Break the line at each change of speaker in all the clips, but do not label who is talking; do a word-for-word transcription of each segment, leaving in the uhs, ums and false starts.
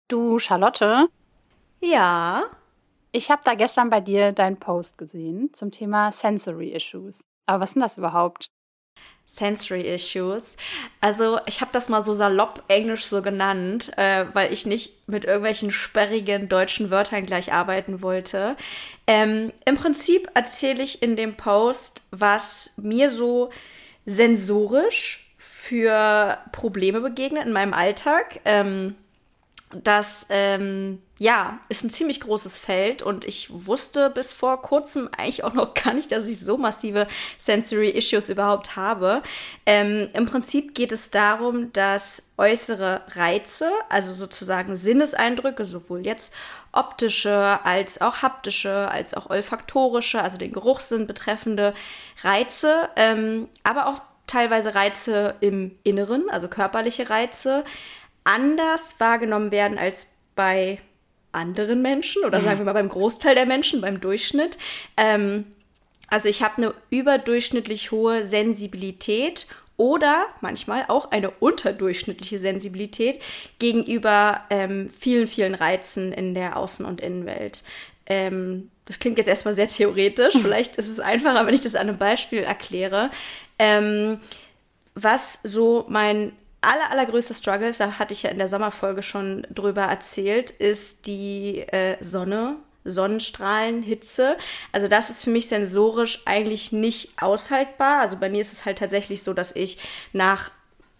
Du, Charlotte,
Ja,
ich habe da gestern bei dir deinen Post gesehen zum Thema Sensory Issues. Aber was sind das überhaupt?
Sensory Issues. Also ich habe das mal so salopp Englisch so genannt, äh, weil ich nicht mit irgendwelchen sperrigen deutschen Wörtern gleich arbeiten wollte. Ähm, Im Prinzip erzähle ich in dem Post, was mir so sensorisch für Probleme begegnet in meinem Alltag. Ähm, Das, ähm, ja, ist ein ziemlich großes Feld und ich wusste bis vor kurzem eigentlich auch noch gar nicht, dass ich so massive Sensory Issues überhaupt habe. Ähm, im Prinzip geht es darum, dass äußere Reize, also sozusagen Sinneseindrücke, sowohl jetzt optische als auch haptische, als auch olfaktorische, also den Geruchssinn betreffende Reize, ähm, aber auch teilweise Reize im Inneren, also körperliche Reize, anders wahrgenommen werden als bei anderen Menschen oder sagen wir mal beim Großteil der Menschen, beim Durchschnitt. Ähm, also ich habe eine überdurchschnittlich hohe Sensibilität oder manchmal auch eine unterdurchschnittliche Sensibilität gegenüber ähm, vielen, vielen Reizen in der Außen- und Innenwelt. Ähm, das klingt jetzt erstmal sehr theoretisch, vielleicht ist es einfacher, wenn ich das an einem Beispiel erkläre. Ähm, Was so mein aller, allergrößter Struggle ist, da hatte ich ja in der Sommerfolge schon drüber erzählt, ist die äh, Sonne, Sonnenstrahlen, Hitze. Also das ist für mich sensorisch eigentlich nicht aushaltbar. Also bei mir ist es halt tatsächlich so, dass ich nach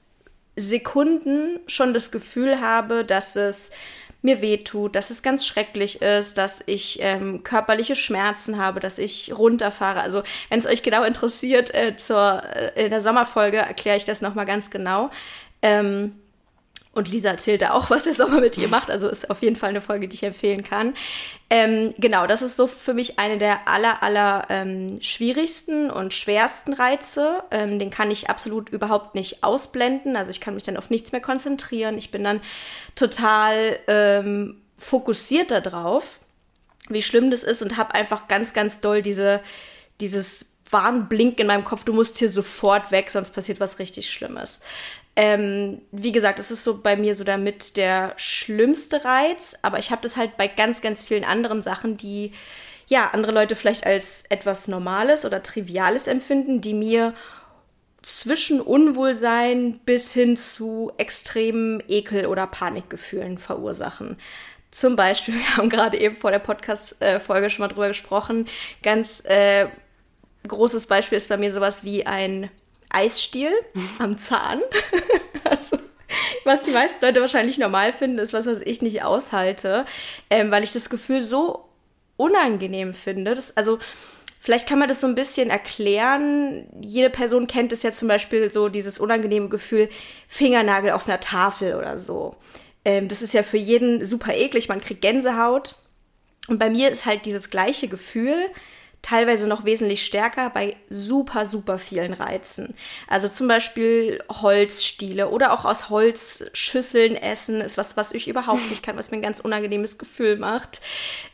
Sekunden schon das Gefühl habe, dass es mir wehtut, dass es ganz schrecklich ist, dass ich ähm, körperliche Schmerzen habe, dass ich runterfahre. Also wenn es euch genau interessiert, äh, zur, äh, in der Sommerfolge erkläre ich das nochmal ganz genau. Ähm, und Lisa erzählte auch, was der Sommer mit ihr macht. Also ist auf jeden Fall eine Folge, die ich empfehlen kann. Ähm, genau, das ist so für mich eine der aller, aller ähm, schwierigsten und schwersten Reize. Ähm, den kann ich absolut überhaupt nicht ausblenden. Also ich kann mich dann auf nichts mehr konzentrieren. Ich bin dann total ähm, fokussiert darauf, wie schlimm das ist und habe einfach ganz, ganz doll diese, dieses Warnblink in meinem Kopf, du musst hier sofort weg, sonst passiert was richtig Schlimmes. Ähm, wie gesagt, es ist so bei mir so damit der schlimmste Reiz, aber ich habe das halt bei ganz, ganz vielen anderen Sachen, die ja andere Leute vielleicht als etwas Normales oder Triviales empfinden, die mir zwischen Unwohlsein bis hin zu extremen Ekel- oder Panikgefühlen verursachen. Zum Beispiel, wir haben gerade eben vor der Podcast-Folge schon mal drüber gesprochen, ganz äh, großes Beispiel ist bei mir sowas wie ein Eisstiel am Zahn. Also, was die meisten Leute wahrscheinlich normal finden, ist was, was ich nicht aushalte, ähm, weil ich das Gefühl so unangenehm finde. Das, also, vielleicht kann man das so ein bisschen erklären. Jede Person kennt es ja zum Beispiel so, dieses unangenehme Gefühl, Fingernagel auf einer Tafel oder so. Ähm, das ist ja für jeden super eklig, man kriegt Gänsehaut. Und bei mir ist halt dieses gleiche Gefühl teilweise noch wesentlich stärker bei super, super vielen Reizen. Also zum Beispiel Holzstiele oder auch aus Holzschüsseln essen ist was, was ich überhaupt nicht kann, was mir ein ganz unangenehmes Gefühl macht.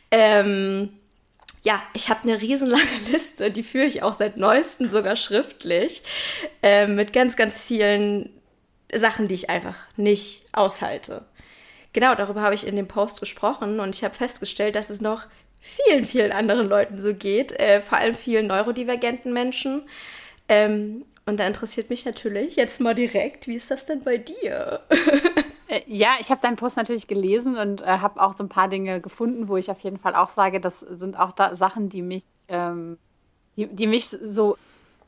Ähm, ja, ich habe eine riesenlange Liste, die führe ich auch seit neuestem sogar schriftlich, äh, mit ganz, ganz vielen Sachen, die ich einfach nicht aushalte. Genau, darüber habe ich in dem Post gesprochen und ich habe festgestellt, dass es noch vielen, vielen anderen Leuten so geht, äh, vor allem vielen neurodivergenten Menschen. Ähm, und da interessiert mich natürlich jetzt mal direkt, wie ist das denn bei dir?
Äh, ja, ich habe deinen Post natürlich gelesen und äh, habe auch so ein paar Dinge gefunden, wo ich auf jeden Fall auch sage, das sind auch da Sachen, die mich, ähm, die, die mich so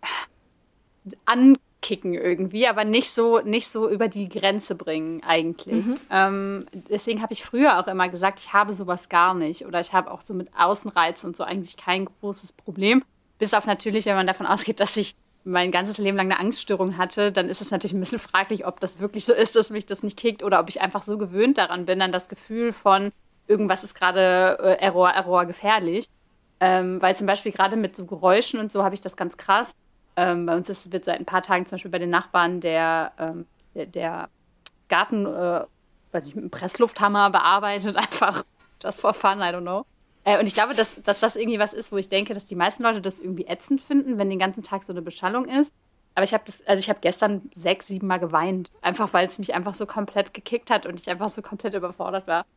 ankicken irgendwie, aber nicht so, nicht so über die Grenze bringen eigentlich.
Mhm.
Ähm, deswegen habe ich früher auch immer gesagt, ich habe sowas gar nicht oder ich habe auch so mit Außenreizen und so eigentlich kein großes Problem. Bis auf natürlich, wenn man davon ausgeht, dass ich mein ganzes Leben lang eine Angststörung hatte, dann ist es natürlich ein bisschen fraglich, ob das wirklich so ist, dass mich das nicht kickt oder ob ich einfach so gewöhnt daran bin, an das Gefühl von irgendwas ist gerade äh, Error, Error gefährlich. Ähm, weil zum Beispiel gerade mit so Geräuschen und so habe ich das ganz krass. Ähm, bei uns ist, wird seit ein paar Tagen zum Beispiel bei den Nachbarn der, ähm, der, der Garten, äh, weiß nicht, mit einem Presslufthammer bearbeitet, einfach just for fun, I don't know. Äh, und ich glaube, dass, dass das irgendwie was ist, wo ich denke, dass die meisten Leute das irgendwie ätzend finden, wenn den ganzen Tag so eine Beschallung ist. Aber ich habe das, also ich habe gestern sechs, sieben Mal geweint, einfach weil es mich einfach so komplett gekickt hat und ich einfach so komplett überfordert war.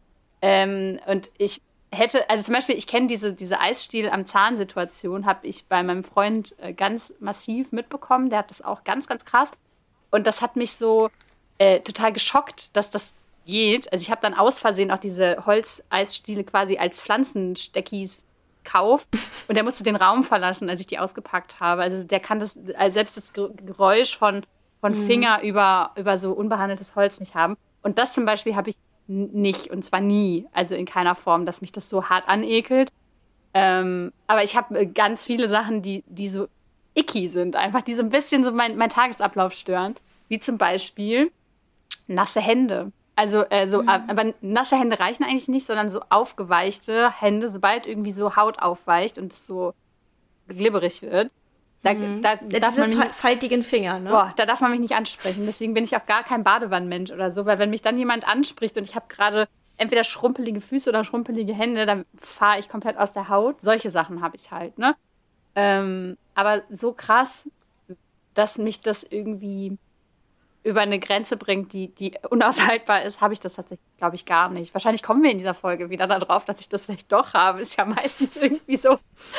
Ähm, und ich hätte, also zum Beispiel, ich kenne diese, diese Eisstiel am Zahn-Situation, habe ich bei meinem Freund äh, ganz massiv mitbekommen. Der hat das auch ganz, ganz krass. Und das hat mich so äh, total geschockt, dass das geht. Also ich habe dann aus Versehen auch diese Holzeisstiele quasi als Pflanzensteckis gekauft. Und der musste den Raum verlassen, als ich die ausgepackt habe. Also der kann das, also selbst das Geräusch von, von
Mhm.
Finger über, über so unbehandeltes Holz nicht haben. Und das zum Beispiel habe ich n- nicht. Und zwar nie. Also in keiner Form, dass mich das so hart anekelt. Ähm, aber ich habe äh, ganz viele Sachen, die, die so icky sind. Einfach, die so ein bisschen so mein, mein Tagesablauf stören. Wie zum Beispiel nasse Hände. Also, äh, so, äh, aber nasse Hände reichen eigentlich nicht, sondern so aufgeweichte Hände, sobald irgendwie so Haut aufweicht und es so glibberig wird, da, da
Ja,
darf
diese
man mich
fa
nicht,
faltigen Finger, ne?
boah, da darf man mich nicht ansprechen. Deswegen bin ich auch gar kein Badewannenmensch oder so, weil wenn mich dann jemand anspricht und ich habe gerade entweder schrumpelige Füße oder schrumpelige Hände, dann fahre ich komplett aus der Haut. Solche Sachen habe ich halt, ne? Ähm, aber so krass, dass mich das irgendwie über eine Grenze bringt, die, die unaushaltbar ist, habe ich das tatsächlich, glaube ich, gar nicht. Wahrscheinlich kommen wir in dieser Folge wieder darauf, dass ich das vielleicht doch habe. Ist ja meistens irgendwie so.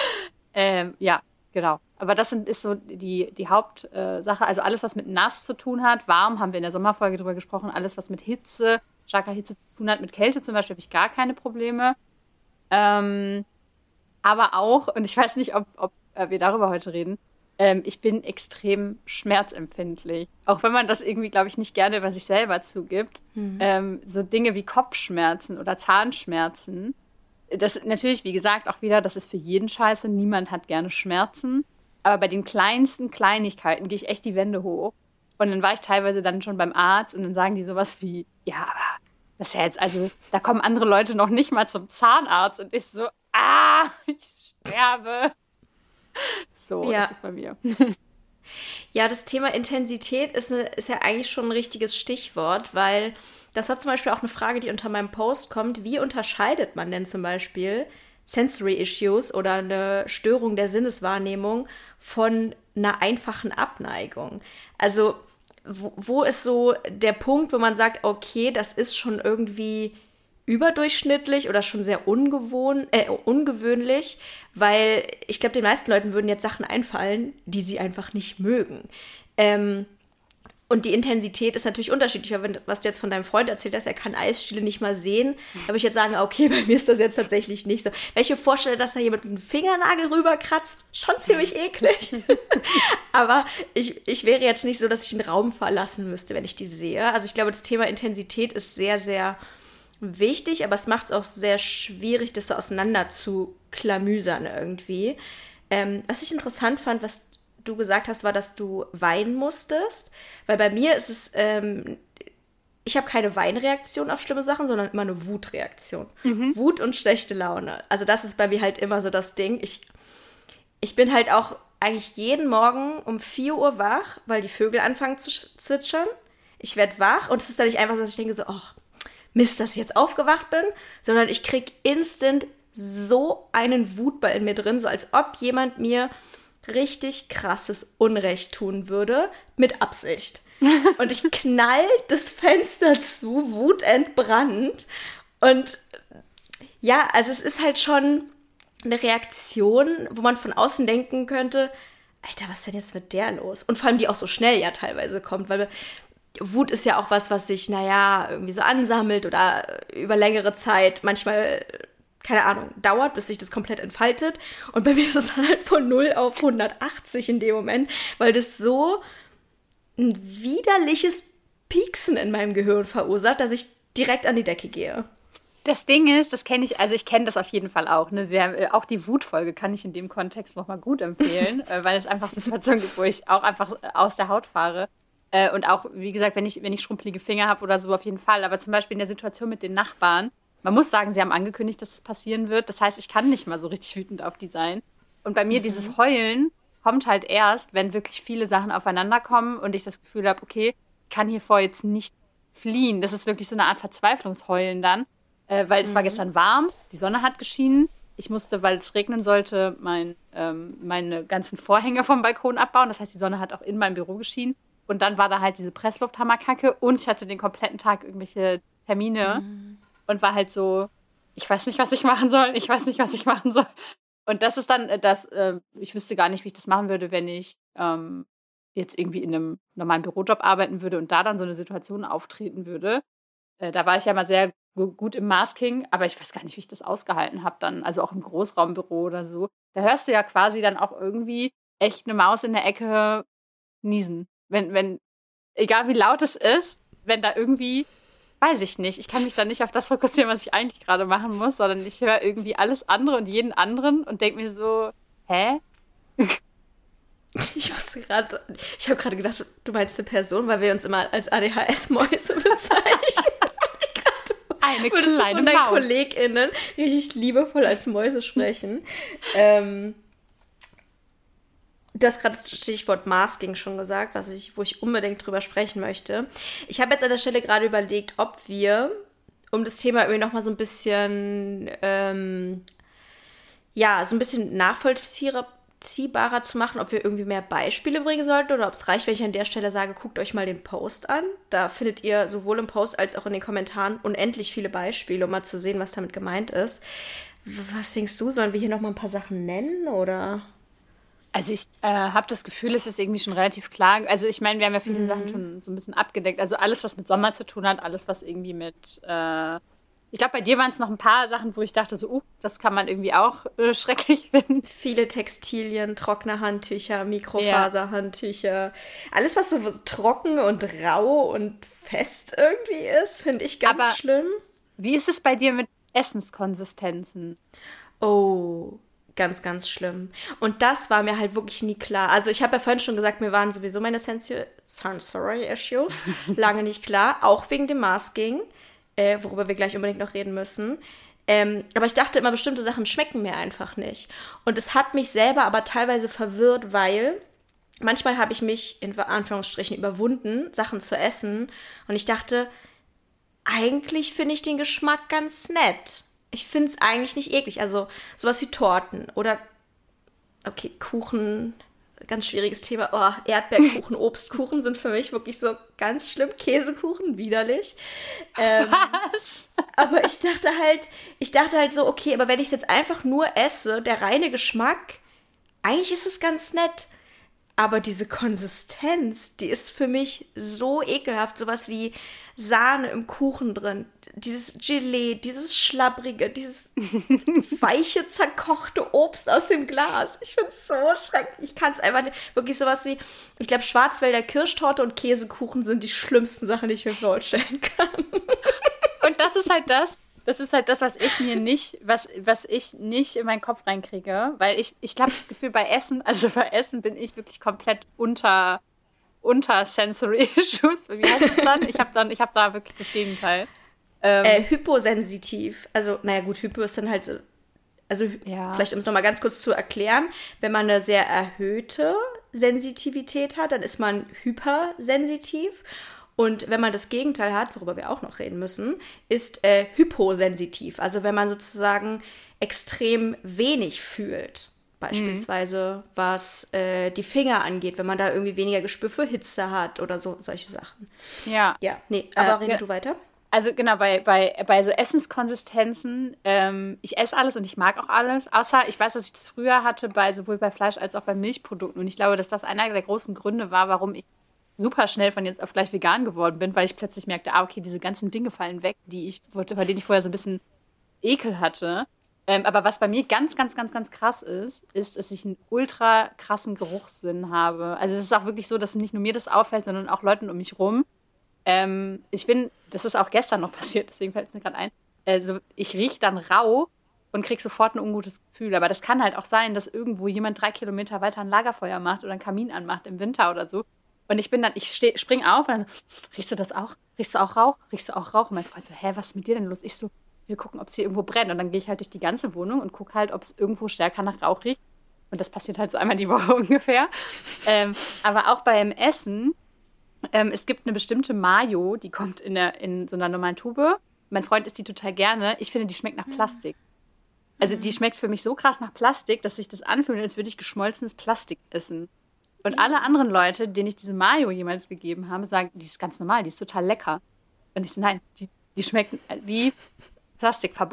Ähm, ja, genau. Aber das sind, ist so die, die Hauptsache. Äh, Sache. Also alles, was mit nass zu tun hat, warm, haben wir in der Sommerfolge drüber gesprochen. Alles, was mit Hitze, starker Hitze zu tun hat, mit Kälte zum Beispiel, habe ich gar keine Probleme. Ähm, aber auch, und ich weiß nicht, ob, ob äh, wir darüber heute reden, ähm, ich bin extrem schmerzempfindlich. Auch wenn man das irgendwie, glaube ich, nicht gerne über sich selber zugibt. Ähm, so Dinge wie Kopfschmerzen oder Zahnschmerzen. Das natürlich, wie gesagt, auch wieder, das ist für jeden scheiße. Niemand hat gerne Schmerzen. Aber bei den kleinsten Kleinigkeiten gehe ich echt die Wände hoch. Und dann war ich teilweise dann schon beim Arzt und dann sagen die sowas wie, ja, aber das ist ja jetzt, also da kommen andere Leute noch nicht mal zum Zahnarzt. Und ich so, ah, ich sterbe. So
Ja.
ist es bei mir.
Ja, das Thema Intensität ist, eine, ist ja eigentlich schon ein richtiges Stichwort, weil das war zum Beispiel auch eine Frage, die unter meinem Post kommt. Wie unterscheidet man denn zum Beispiel Sensory Issues oder eine Störung der Sinneswahrnehmung von einer einfachen Abneigung? Also, wo, wo ist so der Punkt, wo man sagt, okay, das ist schon irgendwie überdurchschnittlich oder schon sehr ungewohn, äh, ungewöhnlich, weil ich glaube, den meisten Leuten würden jetzt Sachen einfallen, die sie einfach nicht mögen. Ähm, und die Intensität ist natürlich unterschiedlich, weil wenn, was du jetzt von deinem Freund erzählt hast, er kann Eisstiele nicht mal sehen, da würde ich jetzt sagen, okay, bei mir ist das jetzt tatsächlich nicht so. Welche Vorstellung, dass da jemand mit einem Fingernagel rüberkratzt, schon ziemlich eklig. Aber ich, ich wäre jetzt nicht so, dass ich den Raum verlassen müsste, wenn ich die sehe. Also ich glaube, das Thema Intensität ist sehr, sehr wichtig, aber es macht es auch sehr schwierig, das so auseinander zu klamüsern irgendwie. Ähm, was ich interessant fand, was du gesagt hast, war, dass du weinen musstest, weil bei mir ist es, ähm, ich habe keine Weinreaktion auf schlimme Sachen, sondern immer eine Wutreaktion. Mhm. Wut und schlechte Laune. Also das ist bei mir halt immer so das Ding. Ich, ich bin halt auch eigentlich jeden Morgen um vier Uhr wach, weil die Vögel anfangen zu zwitschern. Ich werde wach und es ist dann nicht einfach so, dass ich denke so, ach, Mist, dass ich jetzt aufgewacht bin, sondern ich krieg instant so einen Wutball in mir drin, so als ob jemand mir richtig krasses Unrecht tun würde, mit Absicht. Und ich knall das Fenster zu, wutentbrannt. Und ja, also es ist halt schon eine Reaktion, wo man von außen denken könnte, Alter, was ist denn jetzt mit der los? Und vor allem die auch so schnell ja teilweise kommt, weil Wut ist ja auch was, was sich, naja, irgendwie so ansammelt oder über längere Zeit manchmal, keine Ahnung, dauert, bis sich das komplett entfaltet. Und bei mir ist es dann halt von null auf hundertachtzig in dem Moment, weil das so ein widerliches Pieksen in meinem Gehirn verursacht, dass ich direkt an die Decke gehe.
Das Ding ist, das kenne ich, also ich kenne das auf jeden Fall auch. Ne? Wir haben, äh, auch die Wutfolge kann ich in dem Kontext nochmal gut empfehlen, äh, weil es einfach Situationen gibt, wo ich auch einfach aus der Haut fahre. Äh, und auch, wie gesagt, wenn ich, wenn ich schrumpelige Finger habe oder so, auf jeden Fall. Aber zum Beispiel in der Situation mit den Nachbarn, man muss sagen, sie haben angekündigt, dass es passieren wird. Das heißt, ich kann nicht mal so richtig wütend auf die sein. Und bei mir mhm. dieses Heulen kommt halt erst, wenn wirklich viele Sachen aufeinander kommen und ich das Gefühl habe, okay, ich kann hier vor jetzt nicht fliehen. Das ist wirklich so eine Art Verzweiflungsheulen dann. Äh, weil es mhm. war gestern warm, die Sonne hat geschienen. Ich musste, weil es regnen sollte, mein, ähm, meine ganzen Vorhänge vom Balkon abbauen. Das heißt, die Sonne hat auch in meinem Büro geschienen. Und dann war da halt diese Presslufthammerkacke und ich hatte den kompletten Tag irgendwelche Termine mhm. und war halt so, ich weiß nicht, was ich machen soll, ich weiß nicht, was ich machen soll. Und das ist dann das, äh, ich wüsste gar nicht, wie ich das machen würde, wenn ich ähm, jetzt irgendwie in einem normalen Bürojob arbeiten würde und da dann so eine Situation auftreten würde. Äh, da war ich ja mal sehr gu- gut im Masking, aber ich weiß gar nicht, wie ich das ausgehalten habe dann, also auch im Großraumbüro oder so. Da hörst du ja quasi dann auch irgendwie echt eine Maus in der Ecke niesen. Wenn, wenn, egal wie laut es ist, wenn da irgendwie, weiß ich nicht, ich kann mich dann nicht auf das fokussieren, was ich eigentlich gerade machen muss, sondern ich höre irgendwie alles andere und jeden anderen und denke mir so, hä?
Ich musste gerade, ich habe gerade gedacht, du meinst eine Person, weil wir uns immer als A D H S-Mäuse bezeichnen.
Eine
Würdest
kleine
du von deinen
Maus.
KollegInnen richtig liebevoll als Mäuse sprechen? ähm, du hast gerade das Stichwort Masking schon gesagt, was ich, wo ich unbedingt drüber sprechen möchte. Ich habe jetzt an der Stelle gerade überlegt, ob wir, um das Thema irgendwie nochmal so ein bisschen, ähm, ja, so ein bisschen nachvollziehbarer zu machen, ob wir irgendwie mehr Beispiele bringen sollten oder ob es reicht, wenn ich an der Stelle sage, guckt euch mal den Post an. Da findet ihr sowohl im Post als auch in den Kommentaren unendlich viele Beispiele, um mal zu sehen, was damit gemeint ist. Was denkst du, sollen wir hier nochmal ein paar Sachen nennen oder?
Also ich äh, habe das Gefühl, es ist irgendwie schon relativ klar. Also ich meine, wir haben ja viele mhm. Sachen schon so ein bisschen abgedeckt. Also alles, was mit Sommer zu tun hat, alles, was irgendwie mit... Äh, ich glaube, bei dir waren es noch ein paar Sachen, wo ich dachte so, uh, das kann man irgendwie auch äh, schrecklich finden.
Viele Textilien, trockene Handtücher, Mikrofaserhandtücher. Ja. Alles, was so trocken und rau und fest irgendwie ist, finde ich ganz Aber schlimm.
Wie ist es bei dir mit Essenskonsistenzen?
Oh, ganz, ganz schlimm. Und das war mir halt wirklich nie klar. Also ich habe ja vorhin schon gesagt, mir waren sowieso meine Sensory Sensory Issues lange nicht klar, auch wegen dem Masking, äh, worüber wir gleich unbedingt noch reden müssen. Ähm, aber ich dachte immer, bestimmte Sachen schmecken mir einfach nicht. Und es hat mich selber aber teilweise verwirrt, weil manchmal habe ich mich in Anführungsstrichen überwunden, Sachen zu essen. Und ich dachte, eigentlich finde ich den Geschmack ganz nett. Ich finde es eigentlich nicht eklig. Also sowas wie Torten oder, okay, Kuchen, ganz schwieriges Thema. Oh, Erdbeerkuchen, Obstkuchen sind für mich wirklich so ganz schlimm. Käsekuchen, widerlich. Ähm,
Was?
Aber ich dachte halt, ich dachte halt so, okay, aber wenn ich es jetzt einfach nur esse, der reine Geschmack, eigentlich ist es ganz nett. Aber diese Konsistenz, die ist für mich so ekelhaft. Sowas wie Sahne im Kuchen drin, dieses Gelee, dieses Schlabbrige, dieses weiche, zerkochte Obst aus dem Glas. Ich finde es so schrecklich. Ich kann es einfach nicht. Wirklich sowas wie, ich glaube, Schwarzwälder Kirschtorte und Käsekuchen sind die schlimmsten Sachen, die ich mir vorstellen kann.
Und das ist halt das, das ist halt das, was ich mir nicht, was, was ich nicht in meinen Kopf reinkriege. Weil ich, ich habe das Gefühl, bei Essen, also bei Essen bin ich wirklich komplett unter, unter Sensory Issues. Wie heißt das dann? Ich habe dann, ich habe da wirklich das Gegenteil.
Ähm, äh, hyposensitiv. Also, naja, gut, Hypo ist dann halt so. Also,
ja.
Vielleicht um es nochmal ganz kurz zu erklären, wenn man eine sehr erhöhte Sensitivität hat, dann ist man hypersensitiv. Und wenn man das Gegenteil hat, worüber wir auch noch reden müssen, ist äh, hyposensitiv. Also wenn man sozusagen extrem wenig fühlt. Beispielsweise mhm. was äh, die Finger angeht, wenn man da irgendwie weniger Gespür für Hitze hat oder so, solche Sachen.
Ja.
Ja, nee, aber
äh,
rede du weiter.
Also genau, bei, bei, bei so Essenskonsistenzen, ähm, ich esse alles und ich mag auch alles, außer ich weiß, dass ich das früher hatte, bei sowohl bei Fleisch als auch bei Milchprodukten. Und ich glaube, dass das einer der großen Gründe war, warum ich super schnell von jetzt auf gleich vegan geworden bin, weil ich plötzlich merkte, ah, okay, diese ganzen Dinge fallen weg, die ich, bei denen ich vorher so ein bisschen Ekel hatte. Ähm, aber was bei mir ganz, ganz, ganz, ganz krass ist, ist, dass ich einen ultra krassen Geruchssinn habe. Also es ist auch wirklich so, dass nicht nur mir das auffällt, sondern auch Leuten um mich rum. Ähm, ich bin, das ist auch gestern noch passiert, deswegen fällt es mir gerade ein, also ich rieche dann rau und kriege sofort ein ungutes Gefühl. Aber das kann halt auch sein, dass irgendwo jemand drei Kilometer weiter ein Lagerfeuer macht oder einen Kamin anmacht im Winter oder so. Und ich bin dann, ich steh, spring auf und dann so, riechst du das auch? Riechst du auch Rauch? Riechst du auch Rauch? Und mein Freund so, hä, was ist mit dir denn los? Ich so, wir gucken, ob es hier irgendwo brennt. Und dann gehe ich halt durch die ganze Wohnung und gucke halt, ob es irgendwo stärker nach Rauch riecht. Und das passiert halt so einmal die Woche ungefähr. Ähm, aber auch beim Essen, ähm, es gibt eine bestimmte Mayo, die kommt in, der, in so einer normalen Tube. Mein Freund isst die total gerne. Ich finde, die schmeckt nach Plastik. Also die schmeckt für mich so krass nach Plastik, dass sich das anfühlt, als würde ich geschmolzenes Plastik essen. Und alle anderen Leute, denen ich diese Mayo jemals gegeben habe, sagen, die ist ganz normal, die ist total lecker. Und ich so, nein, die, die schmeckt wie Plastikfabrik.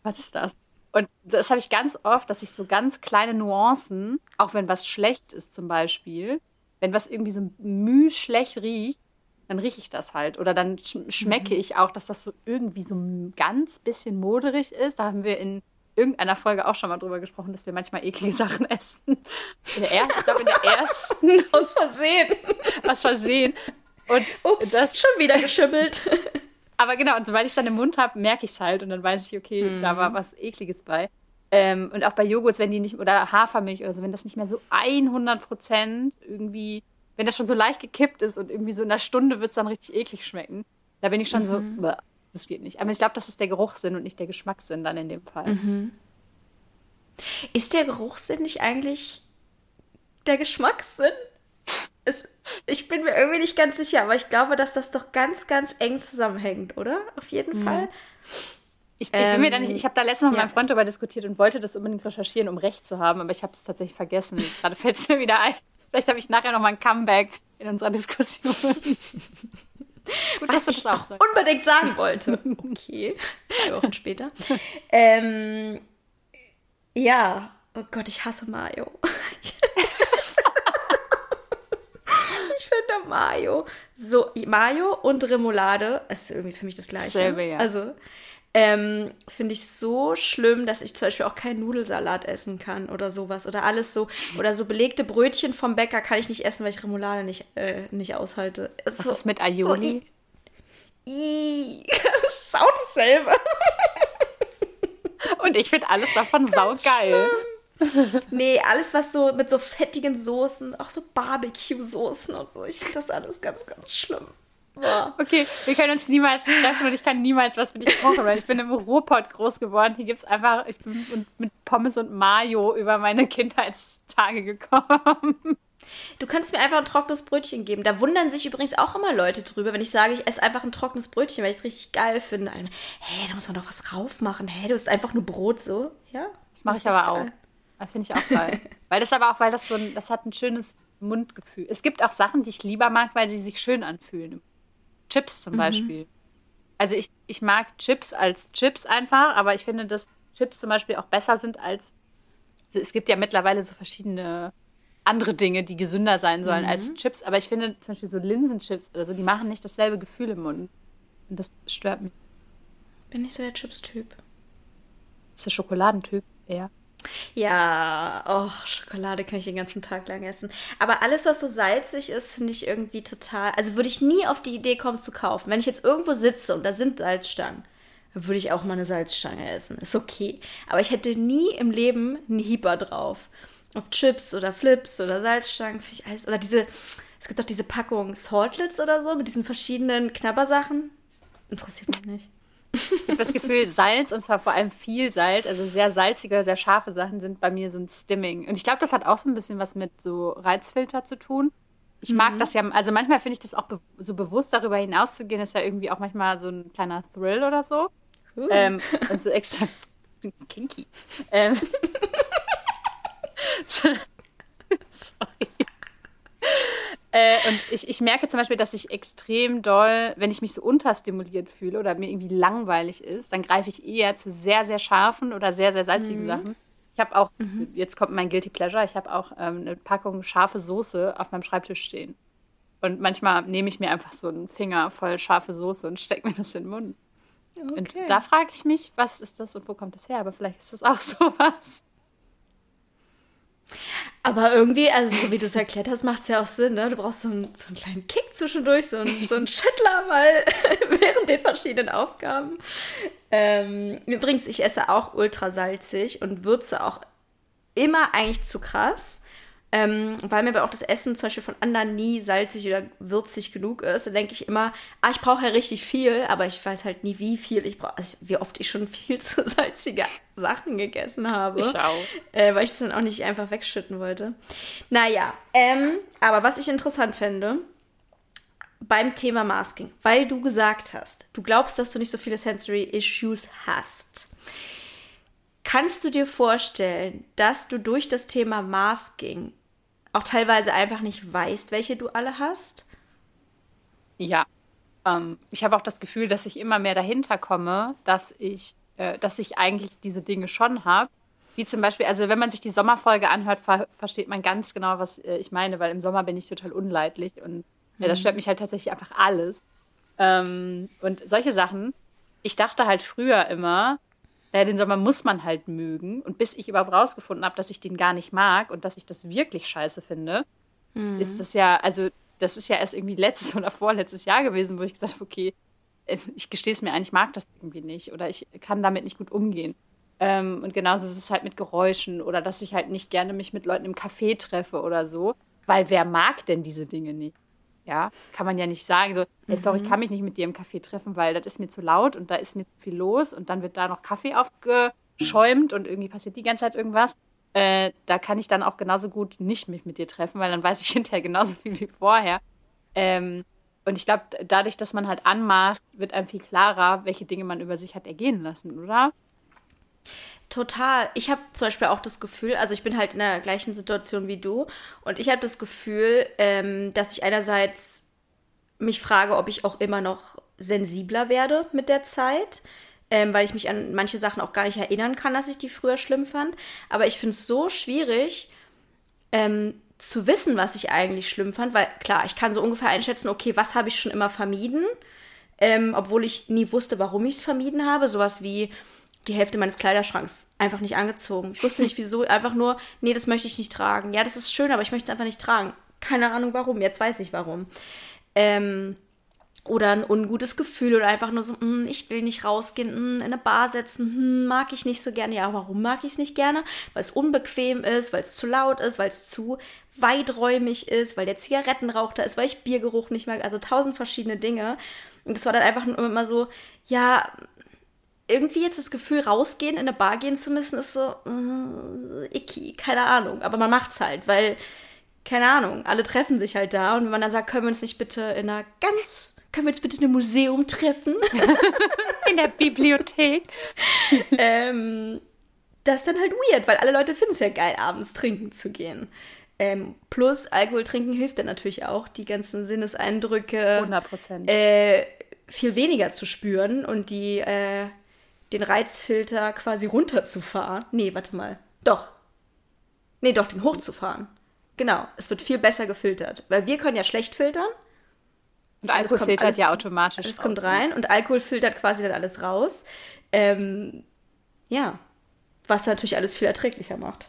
was ist das? Und das habe ich ganz oft, dass ich so ganz kleine Nuancen, auch wenn was schlecht ist zum Beispiel, wenn was irgendwie so müh schlecht riecht, dann rieche ich das halt. Oder dann sch- schmecke ich auch, dass das so irgendwie so ein ganz bisschen moderig ist. Da haben wir in irgendeiner Folge auch schon mal drüber gesprochen, dass wir manchmal eklige Sachen essen. In der ersten, ich glaube in der ersten.
Aus Versehen.
Aus Versehen. Und
Ups,
das,
schon wieder geschimmelt.
aber genau, und sobald ich es dann im Mund habe, merke ich es halt. Und dann weiß ich, okay,
Mhm.
da war was Ekliges bei. Ähm, und auch bei Joghurts, wenn die nicht, oder Hafermilch oder so, wenn das nicht mehr so hundert Prozent irgendwie, wenn das schon so leicht gekippt ist und irgendwie so in einer Stunde wird es dann richtig eklig schmecken, da bin ich schon so,
Mhm.
"Bäh, das geht nicht." Aber ich glaube, das ist der Geruchssinn und nicht der Geschmackssinn dann in dem Fall.
Mhm. Ist der Geruchssinn nicht eigentlich der Geschmackssinn? Es, ich bin mir irgendwie nicht ganz sicher, aber ich glaube, dass das doch ganz, ganz eng zusammenhängt, oder? Auf jeden
Mhm.
Fall.
Ich, ich bin mir da
Ähm,
nicht, ich habe da letztens mit
ja.
meinem Freund darüber diskutiert und wollte das unbedingt recherchieren, um Recht zu haben, aber ich habe es tatsächlich vergessen. Jetzt gerade fällt es mir wieder ein. Vielleicht habe ich nachher noch mal ein Comeback in unserer Diskussion. Gut, dass
Was
du
ich
das auch
noch
sagst.
unbedingt sagen wollte. Okay, drei Wochen später. Ähm, ja, oh Gott, ich hasse Mayo. Ich finde Mayo so, Mayo und Remoulade ist irgendwie für mich das Gleiche.
Dasselbe, ja.
Also ähm, finde ich so schlimm, dass ich zum Beispiel auch keinen Nudelsalat essen kann oder sowas oder alles so oder so belegte Brötchen vom Bäcker kann ich nicht essen, weil ich Remoulade nicht, äh, nicht aushalte.
Was
so,
ist mit Aioli?
So, i, i, das ist auch dasselbe.
Und ich finde alles davon saugeil.
Nee, alles, was so mit so fettigen Soßen, auch so Barbecue-Soßen und so, ich finde das alles ganz, ganz schlimm. Boah.
Okay, wir können uns niemals treffen und ich kann niemals was für dich kochen, weil ich bin im Ruhrpott groß geworden. Hier gibt es einfach, ich bin mit Pommes und Mayo über meine Kindheitstage gekommen.
Du kannst mir einfach ein trockenes Brötchen geben. Da wundern sich übrigens auch immer Leute drüber, wenn ich sage, ich esse einfach ein trockenes Brötchen, weil ich es richtig geil finde. Alle, hey, da muss man doch was drauf machen. Hey, du isst einfach nur Brot so. Ja,
Das mache ich
richtig
aber auch.
geil.
Das finde ich auch geil. Weil das aber auch, weil das so ein, das hat ein schönes Mundgefühl. Es gibt auch Sachen, die ich lieber mag, weil sie sich schön anfühlen. Chips zum Beispiel. Also ich, ich mag Chips als Chips einfach, aber ich finde, dass Chips zum Beispiel auch besser sind als, so, es gibt ja mittlerweile so verschiedene andere Dinge, die gesünder sein sollen als Chips, aber ich finde zum Beispiel so Linsenchips oder so, die machen nicht dasselbe Gefühl im Mund. Und das stört mich.
Bin nicht so der Chips-Typ.
Das ist der Schokoladentyp eher.
Ja, oh, Schokolade kann ich den ganzen Tag lang essen. Aber alles, was so salzig ist, finde ich irgendwie total. Also würde ich nie auf die Idee kommen zu kaufen. Wenn ich jetzt irgendwo sitze und da sind Salzstangen, dann würde ich auch mal eine Salzstange essen. Ist okay. Aber ich hätte nie im Leben einen Hieber drauf. Auf Chips oder Flips oder Salzstangen. finde ich alles- Oder diese, es gibt doch diese Packung Saltlets oder so mit diesen verschiedenen Knabbersachen. Interessiert mich nicht.
Ich habe das Gefühl, Salz, und zwar vor allem viel Salz, also sehr salzige, sehr scharfe Sachen sind bei mir so ein Stimming. Und ich glaube, das hat auch so ein bisschen was mit so Reizfilter zu tun. Ich mag das ja, also manchmal finde ich das auch be so bewusst darüber hinauszugehen, ist ja irgendwie auch manchmal so ein kleiner Thrill oder so.
Uh.
Ähm, und so extra kinky. Ähm, sorry. Äh, und ich, ich merke zum Beispiel, dass ich extrem doll, wenn ich mich so unterstimuliert fühle oder mir irgendwie langweilig ist, dann greife ich eher zu sehr, sehr scharfen oder sehr, sehr salzigen Sachen. Ich habe auch, jetzt kommt mein Guilty Pleasure, ich habe auch ähm, eine Packung scharfe Soße auf meinem Schreibtisch stehen. Und manchmal nehme ich mir einfach so einen Finger voll scharfe Soße und stecke mir das in den Mund. Und
Okay.
da frage ich mich, was ist das und wo kommt das her? Aber vielleicht ist das auch sowas.
Aber irgendwie, also so wie du es erklärt hast, macht es ja auch Sinn, ne? Du brauchst so einen, so einen kleinen Kick zwischendurch, so einen, so einen Schüttler mal während den verschiedenen Aufgaben. Ähm, übrigens, ich esse auch ultrasalzig und würze auch immer eigentlich zu krass. Ähm, weil mir aber auch das Essen zum Beispiel von anderen nie salzig oder würzig genug ist. Da denke ich immer, ah, ich brauche ja richtig viel, aber ich weiß halt nie, wie viel ich brauche. Also wie oft ich schon viel zu salzige Sachen gegessen habe.
Ich auch.
Äh, weil ich es dann auch nicht einfach wegschütten wollte. Naja, ähm, aber was ich interessant fände, beim Thema Masking, weil du gesagt hast, du glaubst, dass du nicht so viele Sensory Issues hast. Kannst du dir vorstellen, dass du durch das Thema Masking auch teilweise einfach nicht weißt, welche du alle hast?
Ja. Ähm, ich habe auch das Gefühl, dass ich immer mehr dahinter komme, dass ich äh, dass ich eigentlich diese Dinge schon habe. Wie zum Beispiel, also wenn man sich die Sommerfolge anhört, ver versteht man ganz genau, was äh, ich meine, weil im Sommer bin ich total unleidlich und ja, das stört mich halt tatsächlich einfach alles. Ähm, und solche Sachen. Ich dachte halt früher immer, ja, den Sommer muss man halt mögen. Und bis ich überhaupt rausgefunden habe, dass ich den gar nicht mag und dass ich das wirklich scheiße finde, mhm. ist das ja, also das ist ja erst irgendwie letztes oder vorletztes Jahr gewesen, wo ich gesagt habe, okay, ich gestehe es mir ein, ich mag das irgendwie nicht oder ich kann damit nicht gut umgehen. Ähm, und genauso ist es halt mit Geräuschen oder dass ich halt nicht gerne mich mit Leuten im Café treffe oder so, weil wer mag denn diese Dinge nicht? Ja, kann man ja nicht sagen, so, hey, sorry, ich kann mich nicht mit dir im Café treffen, weil das ist mir zu laut und da ist mir zu viel los und dann wird da noch Kaffee aufgeschäumt und irgendwie passiert die ganze Zeit irgendwas. Äh, da kann ich dann auch genauso gut nicht mich mit dir treffen, weil dann weiß ich hinterher genauso viel wie vorher. Ähm, und ich glaube, dadurch, dass man halt anmaßt, wird einem viel klarer, welche Dinge man über sich hat ergehen lassen, oder?
Total. Ich habe zum Beispiel auch das Gefühl, also ich bin halt in der gleichen Situation wie du und ich habe das Gefühl, ähm, dass ich einerseits mich frage, ob ich auch immer noch sensibler werde mit der Zeit, ähm, weil ich mich an manche Sachen auch gar nicht erinnern kann, dass ich die früher schlimm fand. Aber ich finde es so schwierig, ähm, zu wissen, was ich eigentlich schlimm fand, weil klar, ich kann so ungefähr einschätzen, okay, was habe ich schon immer vermieden, ähm, obwohl ich nie wusste, warum ich es vermieden habe. Sowas wie die Hälfte meines Kleiderschranks einfach nicht angezogen. Ich wusste nicht, wieso, einfach nur, nee, das möchte ich nicht tragen. Ja, das ist schön, aber ich möchte es einfach nicht tragen. Keine Ahnung warum, jetzt weiß ich warum. Ähm, oder ein ungutes Gefühl oder einfach nur so, mm, ich will nicht rausgehen, mm, in eine Bar setzen, hm, mag ich nicht so gerne. Ja, warum mag ich es nicht gerne? Weil es unbequem ist, weil es zu laut ist, weil es zu weiträumig ist, weil der Zigarettenrauch da ist, weil ich Biergeruch nicht mag, also tausend verschiedene Dinge. Und das war dann einfach nur immer so, ja, irgendwie jetzt das Gefühl, rausgehen, in eine Bar gehen zu müssen, ist so, äh, icky, keine Ahnung. Aber man macht's halt, weil, keine Ahnung, alle treffen sich halt da. Und wenn man dann sagt, können wir uns nicht bitte in einer ganz, können wir uns bitte in einem Museum treffen?
In der Bibliothek.
ähm, das ist dann halt weird, weil alle Leute finden es ja geil, abends trinken zu gehen. Ähm, plus, Alkohol trinken hilft dann natürlich auch, die ganzen Sinneseindrücke
hundert Prozent.
Äh, viel weniger zu spüren und die, äh, den Reizfilter quasi runterzufahren. Nee, warte mal. Doch. Nee, doch, den hochzufahren. Genau, es wird viel besser gefiltert. Weil wir können ja schlecht filtern.
Und Alkohol filtert alles, ja automatisch.
Es kommt rein und Alkohol filtert quasi dann alles raus. Ähm, ja, was natürlich alles viel erträglicher macht.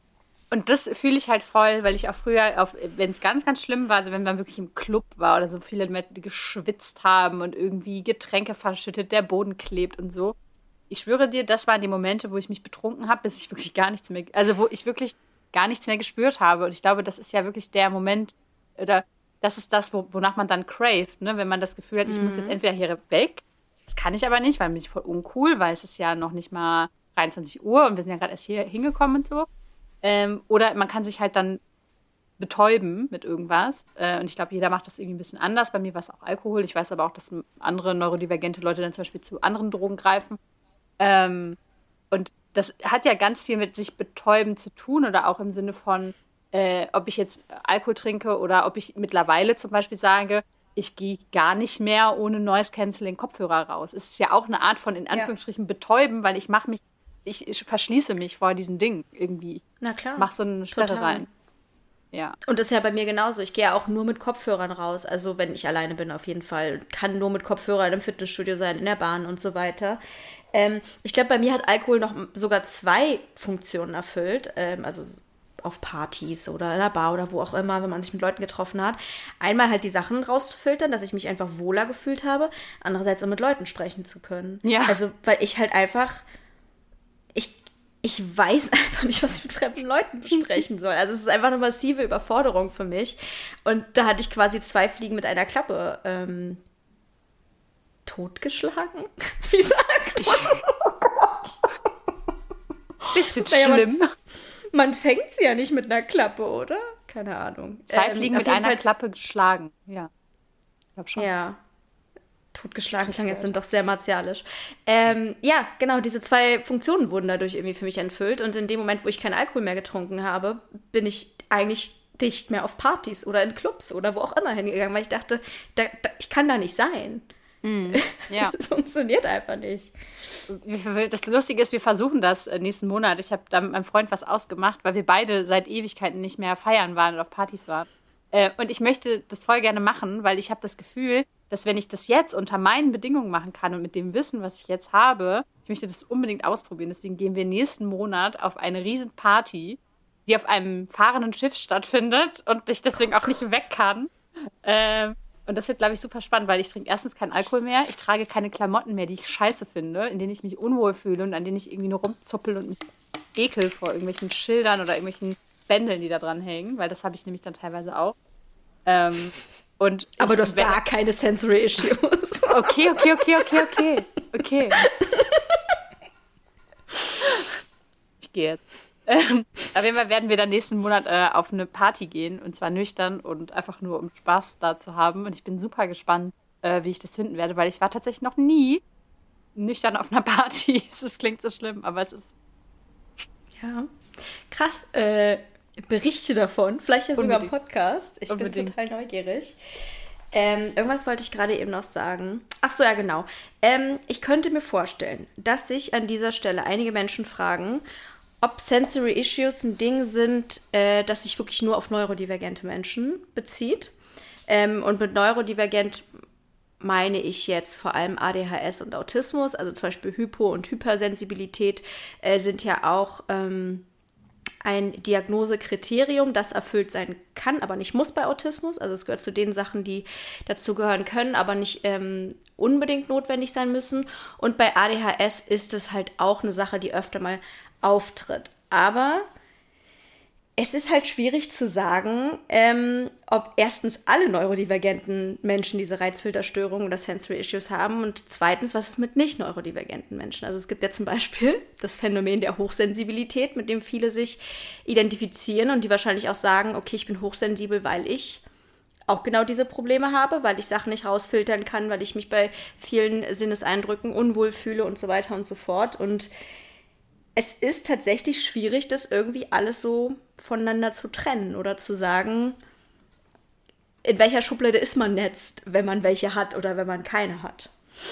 Und das fühle ich halt voll, weil ich auch früher, wenn es ganz, ganz schlimm war, also wenn man wirklich im Club war oder so viele Leute geschwitzt haben und irgendwie Getränke verschüttet, der Boden klebt und so. Ich schwöre dir, das waren die Momente, wo ich mich betrunken habe, bis ich wirklich gar nichts mehr, also wo ich wirklich gar nichts mehr gespürt habe. Und ich glaube, das ist ja wirklich der Moment, oder das ist das, wo, wonach man dann craved, ne? Wenn man das Gefühl hat, ich mhm. muss jetzt entweder hier weg, das kann ich aber nicht, weil mich voll uncool, weil es ist ja noch nicht mal dreiundzwanzig Uhr und wir sind ja gerade erst hier hingekommen und so. Ähm, oder man kann sich halt dann betäuben mit irgendwas. Äh, und ich glaube, jeder macht das irgendwie ein bisschen anders. Bei mir war es auch Alkohol. Ich weiß aber auch, dass andere neurodivergente Leute dann zum Beispiel zu anderen Drogen greifen. Ähm, und das hat ja ganz viel mit sich betäuben zu tun oder auch im Sinne von, äh, ob ich jetzt Alkohol trinke oder ob ich mittlerweile zum Beispiel sage, ich gehe gar nicht mehr ohne Noise Cancelling Kopfhörer raus. Es ist ja auch eine Art von, in Anführungsstrichen, betäuben, weil ich mache mich, ich, ich verschließe mich vor diesen Dingen irgendwie.
Na klar.
Mach so eine Sperre
Total.
rein. Ja.
Und das ist ja bei mir genauso. Ich gehe ja auch nur mit Kopfhörern raus. Also wenn ich alleine bin auf jeden Fall. Kann nur mit Kopfhörern im Fitnessstudio sein, in der Bahn und so weiter. Ähm, ich glaube, bei mir hat Alkohol noch sogar zwei Funktionen erfüllt. Ähm, also auf Partys oder in der Bar oder wo auch immer, wenn man sich mit Leuten getroffen hat. Einmal halt die Sachen rauszufiltern, dass ich mich einfach wohler gefühlt habe. Andererseits, um mit Leuten sprechen zu können.
Ja.
Also, weil ich halt einfach, ich, ich weiß einfach nicht, was ich mit fremden Leuten besprechen soll. Also es ist einfach eine massive Überforderung für mich. Und da hatte ich quasi zwei Fliegen mit einer Klappe ähm, totgeschlagen. Wie sagt man? Oh Gott.
Bisschen
naja,
schlimm.
Man, man fängt sie ja nicht mit einer Klappe, oder? Keine Ahnung.
Zwei
ähm,
Fliegen mit einer Klappe geschlagen. Ja. Ich glaube schon.
Ja. Totgeschlagen klang jetzt dann doch sehr martialisch. Ähm, ja, genau, diese zwei Funktionen wurden dadurch irgendwie für mich erfüllt. Und in dem Moment, wo ich keinen Alkohol mehr getrunken habe, bin ich eigentlich nicht mehr auf Partys oder in Clubs oder wo auch immer hingegangen, weil ich dachte, da, da, ich kann da nicht sein.
Mm, ja.
Das funktioniert einfach nicht.
Das Lustige ist, wir versuchen das äh, nächsten Monat. Ich habe da mit meinem Freund was ausgemacht, weil wir beide seit Ewigkeiten nicht mehr feiern waren oder auf Partys waren. Äh, und ich möchte das voll gerne machen, weil ich habe das Gefühl, dass wenn ich das jetzt unter meinen Bedingungen machen kann und mit dem Wissen, was ich jetzt habe, ich möchte das unbedingt ausprobieren. Deswegen gehen wir nächsten Monat auf eine riesen Party, die auf einem fahrenden Schiff stattfindet und ich deswegen auch nicht weg kann. Ähm, und das wird, glaube ich, super spannend, weil ich trinke erstens keinen Alkohol mehr, ich trage keine Klamotten mehr, die ich scheiße finde, in denen ich mich unwohl fühle und an denen ich irgendwie nur rumzuppel und mich ekel vor irgendwelchen Schildern oder irgendwelchen Bändeln, die da dran hängen, weil das habe ich nämlich dann teilweise auch. Ähm, und
Aber
ich,
du hast
wenn,
gar keine Sensory Issues.
Okay, okay, okay, okay, okay. Okay. Ich gehe jetzt. Ähm, auf jeden Fall werden wir dann nächsten Monat äh, auf eine Party gehen und zwar nüchtern und einfach nur um Spaß da zu haben. Und ich bin super gespannt, äh, wie ich das finden werde, weil ich war tatsächlich noch nie nüchtern auf einer Party. Es klingt so schlimm, aber es ist.
Ja. Krass. Äh, Berichte davon. Vielleicht ja sogar im
Unbedingt.
Podcast. Ich
Unbedingt.
bin total neugierig. Ähm, irgendwas wollte ich gerade eben noch sagen. Ach so, ja, genau. Ähm, ich könnte mir vorstellen, dass sich an dieser Stelle einige Menschen fragen, ob Sensory Issues ein Ding sind, äh, das sich wirklich nur auf neurodivergente Menschen bezieht. Ähm, und mit neurodivergent meine ich jetzt vor allem A D H S und Autismus. Also zum Beispiel Hypo- und Hypersensibilität äh, sind ja auch ähm, ein Diagnosekriterium, das erfüllt sein kann, aber nicht muss bei Autismus. Also es gehört zu den Sachen, die dazu gehören können, aber nicht ähm, unbedingt notwendig sein müssen. Und bei A D H S ist es halt auch eine Sache, die öfter mal auftritt. Aber es ist halt schwierig zu sagen, ähm, ob erstens alle neurodivergenten Menschen diese Reizfilterstörungen oder Sensory Issues haben und zweitens, was ist mit nicht neurodivergenten Menschen? Also es gibt ja zum Beispiel das Phänomen der Hochsensibilität, mit dem viele sich identifizieren und die wahrscheinlich auch sagen, okay, ich bin hochsensibel, weil ich auch genau diese Probleme habe, weil ich Sachen nicht rausfiltern kann, weil ich mich bei vielen Sinneseindrücken unwohl fühle und so weiter und so fort. Und es ist tatsächlich schwierig, das irgendwie alles so voneinander zu trennen oder zu sagen, in welcher Schublade ist man jetzt, wenn man welche hat oder wenn man keine hat.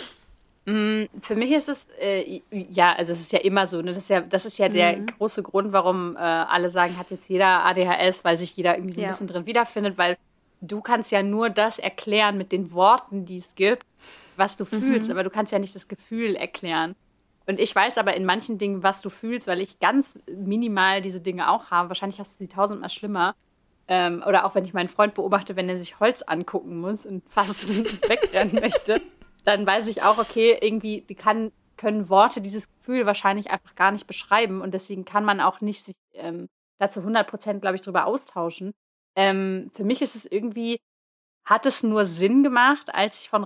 Für mich ist es, äh, ja, also es ist ja immer so, ne? Das ist ja, das ist ja der
Mhm.
große Grund, warum äh, alle sagen, hat jetzt jeder A D H S, weil sich jeder irgendwie so ein
Ja.
bisschen drin wiederfindet, weil du kannst ja nur das erklären mit den Worten, die es gibt, was du fühlst, aber du kannst ja nicht das Gefühl erklären. Und ich weiß aber in manchen Dingen, was du fühlst, weil ich ganz minimal diese Dinge auch habe. Wahrscheinlich hast du sie tausendmal schlimmer. Ähm, oder auch wenn ich meinen Freund beobachte, wenn er sich Holz angucken muss und fast wegrennen möchte, dann weiß ich auch, okay, irgendwie die kann, können Worte dieses Gefühl wahrscheinlich einfach gar nicht beschreiben. Und deswegen kann man auch nicht sich ähm, dazu hundert Prozent, glaube ich, drüber austauschen. Ähm, für mich ist es irgendwie, hat es nur Sinn gemacht, als ich von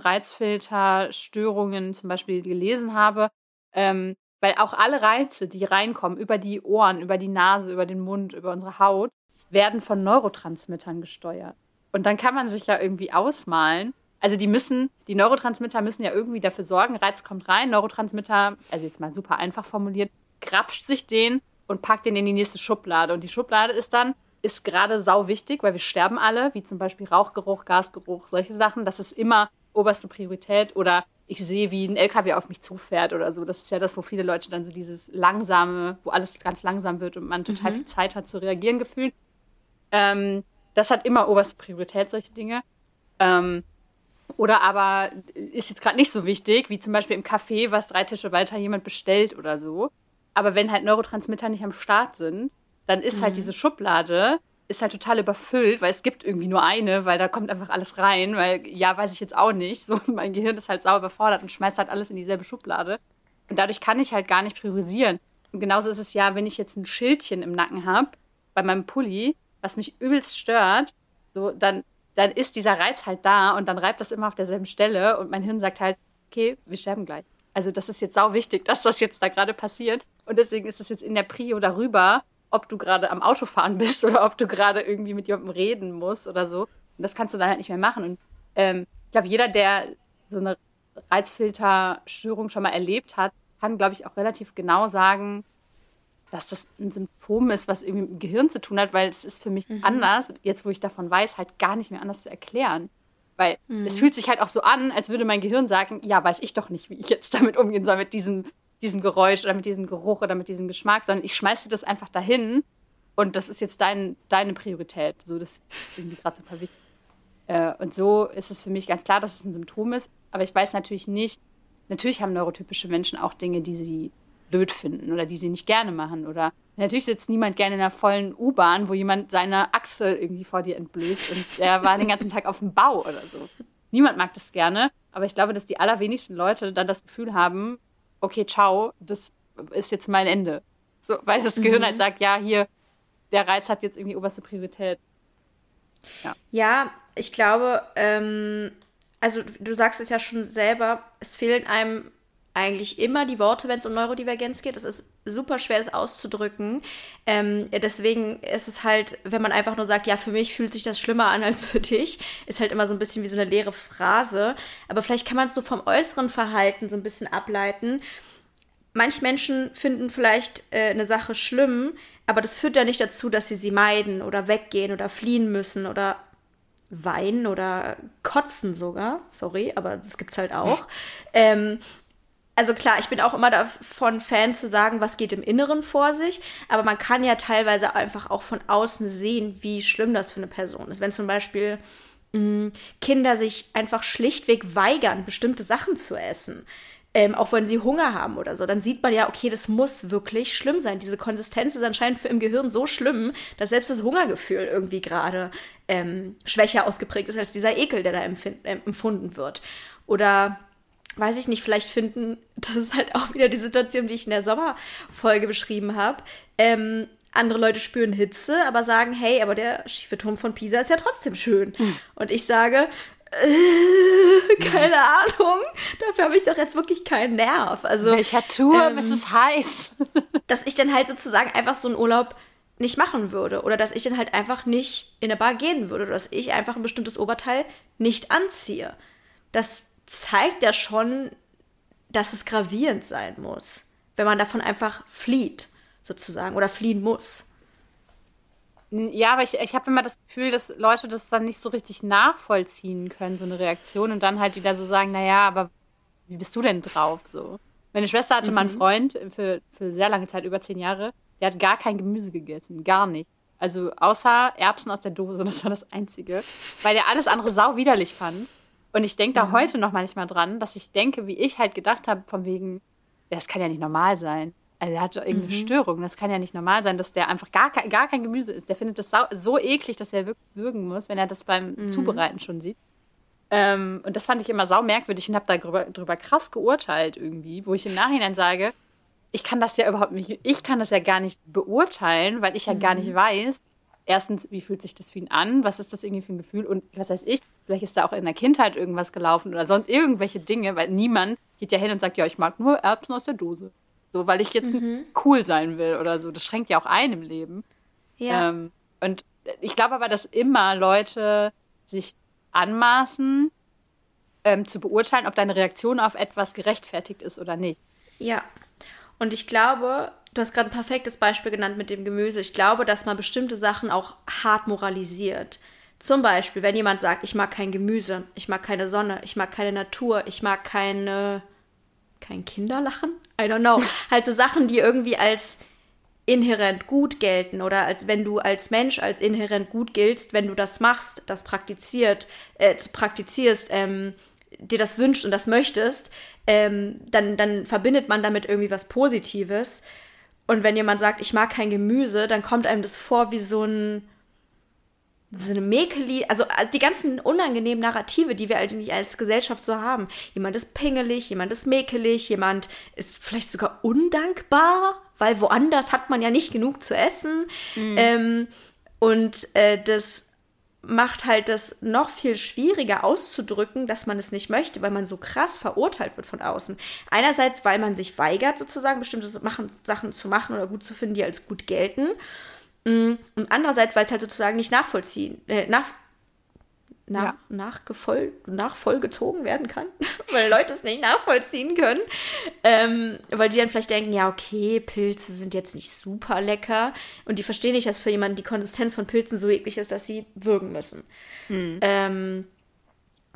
Reizfilterstörungen zum Beispiel gelesen habe, ähm, weil auch alle Reize, die reinkommen, über die Ohren, über die Nase, über den Mund, über unsere Haut, werden von Neurotransmittern gesteuert. Und dann kann man sich ja irgendwie ausmalen. Also die müssen, die Neurotransmitter müssen ja irgendwie dafür sorgen, Reiz kommt rein, Neurotransmitter, also jetzt mal super einfach formuliert, grapscht sich den und packt den in die nächste Schublade. Und die Schublade ist dann, ist gerade sau wichtig, weil wir sterben alle, wie zum Beispiel Rauchgeruch, Gasgeruch, solche Sachen. Das ist immer oberste Priorität. Oder ich sehe, wie ein L K W auf mich zufährt oder so. Das ist ja das, wo viele Leute dann so dieses langsame, wo alles ganz langsam wird und man total viel Zeit hat zu reagieren gefühlt. Ähm, das hat immer oberste Priorität, solche Dinge. Ähm, oder aber ist jetzt gerade nicht so wichtig, wie zum Beispiel im Café, was drei Tische weiter jemand bestellt oder so. Aber wenn halt Neurotransmitter nicht am Start sind, dann ist halt diese Schublade, ist halt total überfüllt, weil es gibt irgendwie nur eine, weil da kommt einfach alles rein, weil, ja, weiß ich jetzt auch nicht. So, mein Gehirn ist halt sauer überfordert und schmeißt halt alles in dieselbe Schublade. Und dadurch kann ich halt gar nicht priorisieren. Und genauso ist es ja, wenn ich jetzt ein Schildchen im Nacken habe, bei meinem Pulli, was mich übelst stört, so, dann, dann ist dieser Reiz halt da und dann reibt das immer auf derselben Stelle und mein Hirn sagt halt, okay, wir sterben gleich. Also das ist jetzt sau wichtig, dass das jetzt da gerade passiert. Und deswegen ist es jetzt in der Prio darüber, ob du gerade am Autofahren bist oder ob du gerade irgendwie mit jemandem reden musst oder so. Und das kannst du dann halt nicht mehr machen. Und ähm, ich glaube, jeder, der so eine Reizfilterstörung schon mal erlebt hat, kann, glaube ich, auch relativ genau sagen, dass das ein Symptom ist, was irgendwie mit dem Gehirn zu tun hat, weil es ist für mich anders, jetzt wo ich davon weiß, halt gar nicht mehr anders zu erklären. Weil mhm. es fühlt sich halt auch so an, als würde mein Gehirn sagen, ja, weiß ich doch nicht, wie ich jetzt damit umgehen soll, mit diesem, diesem Geräusch oder mit diesem Geruch oder mit diesem Geschmack, sondern ich schmeiße das einfach dahin und das ist jetzt dein, deine Priorität. So, das ist irgendwie gerade super wichtig. Äh, und so ist es für mich ganz klar, dass es ein Symptom ist, aber ich weiß natürlich nicht, natürlich haben neurotypische Menschen auch Dinge, die sie blöd finden oder die sie nicht gerne machen. Oder natürlich sitzt niemand gerne in einer vollen U-Bahn, wo jemand seine Achsel irgendwie vor dir entblößt und der war den ganzen Tag auf dem Bau oder so. Niemand mag das gerne, aber ich glaube, dass die allerwenigsten Leute dann das Gefühl haben, okay, ciao, das ist jetzt mein Ende. So, weil das Gehirn mhm. halt sagt, ja, hier, der Reiz hat jetzt irgendwie oberste Priorität.
Ja, ja ich glaube, ähm, also du sagst es ja schon selber, es fehlen einem eigentlich immer die Worte, wenn es um Neurodivergenz geht. Es ist super schwer, das auszudrücken. Ähm, deswegen ist es halt, wenn man einfach nur sagt, ja, für mich fühlt sich das schlimmer an als für dich, ist halt immer so ein bisschen wie so eine leere Phrase. Aber vielleicht kann man es so vom äußeren Verhalten so ein bisschen ableiten. Manche Menschen finden vielleicht äh, eine Sache schlimm, aber das führt ja nicht dazu, dass sie sie meiden oder weggehen oder fliehen müssen oder weinen oder kotzen sogar. Sorry, aber das gibt's halt auch. ähm, Also klar, ich bin auch immer davon Fan zu sagen, was geht im Inneren vor sich, aber man kann ja teilweise einfach auch von außen sehen, wie schlimm das für eine Person ist. Wenn zum Beispiel mh, Kinder sich einfach schlichtweg weigern, bestimmte Sachen zu essen, ähm, auch wenn sie Hunger haben oder so, dann sieht man ja, okay, das muss wirklich schlimm sein. Diese Konsistenz ist anscheinend für im Gehirn so schlimm, dass selbst das Hungergefühl irgendwie gerade ähm, schwächer ausgeprägt ist als dieser Ekel, der da empfind- äh, empfunden wird. Oder weiß ich nicht, vielleicht finden, das ist halt auch wieder die Situation, die ich in der Sommerfolge beschrieben habe. Ähm, andere Leute spüren Hitze, aber sagen, hey, aber der schiefe Turm von Pisa ist ja trotzdem schön. Mhm. Und ich sage, äh, keine Ahnung, dafür habe ich doch jetzt wirklich keinen Nerv. Also,
welcher Turm? Ähm, es ist heiß.
Dass ich dann halt sozusagen einfach so einen Urlaub nicht machen würde. Oder dass ich dann halt einfach nicht in eine Bar gehen würde. Oder dass ich einfach ein bestimmtes Oberteil nicht anziehe. Das zeigt ja schon, dass es gravierend sein muss, wenn man davon einfach flieht, sozusagen, oder fliehen muss.
Ja, aber ich, ich habe immer das Gefühl, dass Leute das dann nicht so richtig nachvollziehen können, so eine Reaktion, und dann halt wieder so sagen, naja, aber wie bist du denn drauf? So. Meine Schwester hatte mhm. mal einen Freund für, für sehr lange Zeit, über zehn Jahre, der hat gar kein Gemüse gegessen, gar nicht. Also außer Erbsen aus der Dose, das war das Einzige, weil der alles andere sau widerlich fand. Und ich denke da mhm. heute noch manchmal dran, dass ich denke, wie ich halt gedacht habe, von wegen, das kann ja nicht normal sein. Also der hat doch irgendeine mhm. Störung. Das kann ja nicht normal sein, dass der einfach gar, gar kein Gemüse isst. Der findet das so, so eklig, dass er wirklich würgen muss, wenn er das beim mhm. Zubereiten schon sieht. Ähm, und das fand ich immer sau merkwürdig und habe darüber drüber krass geurteilt irgendwie, wo ich im Nachhinein sage, ich kann das ja überhaupt nicht, ich kann das ja gar nicht beurteilen, weil ich ja mhm. gar nicht weiß, erstens, wie fühlt sich das für ihn an? Was ist das irgendwie für ein Gefühl? Und was weiß ich, vielleicht ist da auch in der Kindheit irgendwas gelaufen oder sonst irgendwelche Dinge, weil niemand geht ja hin und sagt, ja, ich mag nur Erbsen aus der Dose. So, weil ich jetzt mhm. cool sein will oder so. Das schränkt ja auch ein im Leben. Ja. Ähm, und ich glaube aber, dass immer Leute sich anmaßen, ähm, zu beurteilen, ob deine Reaktion auf etwas gerechtfertigt ist oder nicht.
Ja. Und ich glaube, du hast gerade ein perfektes Beispiel genannt mit dem Gemüse. Ich glaube, dass man bestimmte Sachen auch hart moralisiert. Zum Beispiel, wenn jemand sagt, ich mag kein Gemüse, ich mag keine Sonne, ich mag keine Natur, ich mag keine, kein Kinderlachen? I don't know. Halt so Sachen, die irgendwie als inhärent gut gelten oder als wenn du als Mensch als inhärent gut giltst, wenn du das machst, das praktiziert, äh, praktizierst, ähm, dir das wünscht und das möchtest, ähm, dann, dann verbindet man damit irgendwie was Positives. Und wenn jemand sagt, ich mag kein Gemüse, dann kommt einem das vor wie so ein so eine Mäkeli, also die ganzen unangenehmen Narrative, die wir eigentlich als Gesellschaft so haben. Jemand ist pingelig, jemand ist mäkelig, jemand ist vielleicht sogar undankbar, weil woanders hat man ja nicht genug zu essen. Mhm. Ähm, und äh, das macht halt das noch viel schwieriger auszudrücken, dass man es nicht möchte, weil man so krass verurteilt wird von außen. Einerseits, weil man sich weigert, sozusagen bestimmte Sachen zu machen oder gut zu finden, die als gut gelten. Und andererseits, weil es halt sozusagen nicht nachvollziehen, äh, nach, nach, ja. nachgefol- nachvollgezogen werden kann, weil Leute es nicht nachvollziehen können, ähm, weil die dann vielleicht denken, ja okay, Pilze sind jetzt nicht super lecker und die verstehen nicht, dass für jemanden die Konsistenz von Pilzen so eklig ist, dass sie würgen müssen. Hm. Ähm,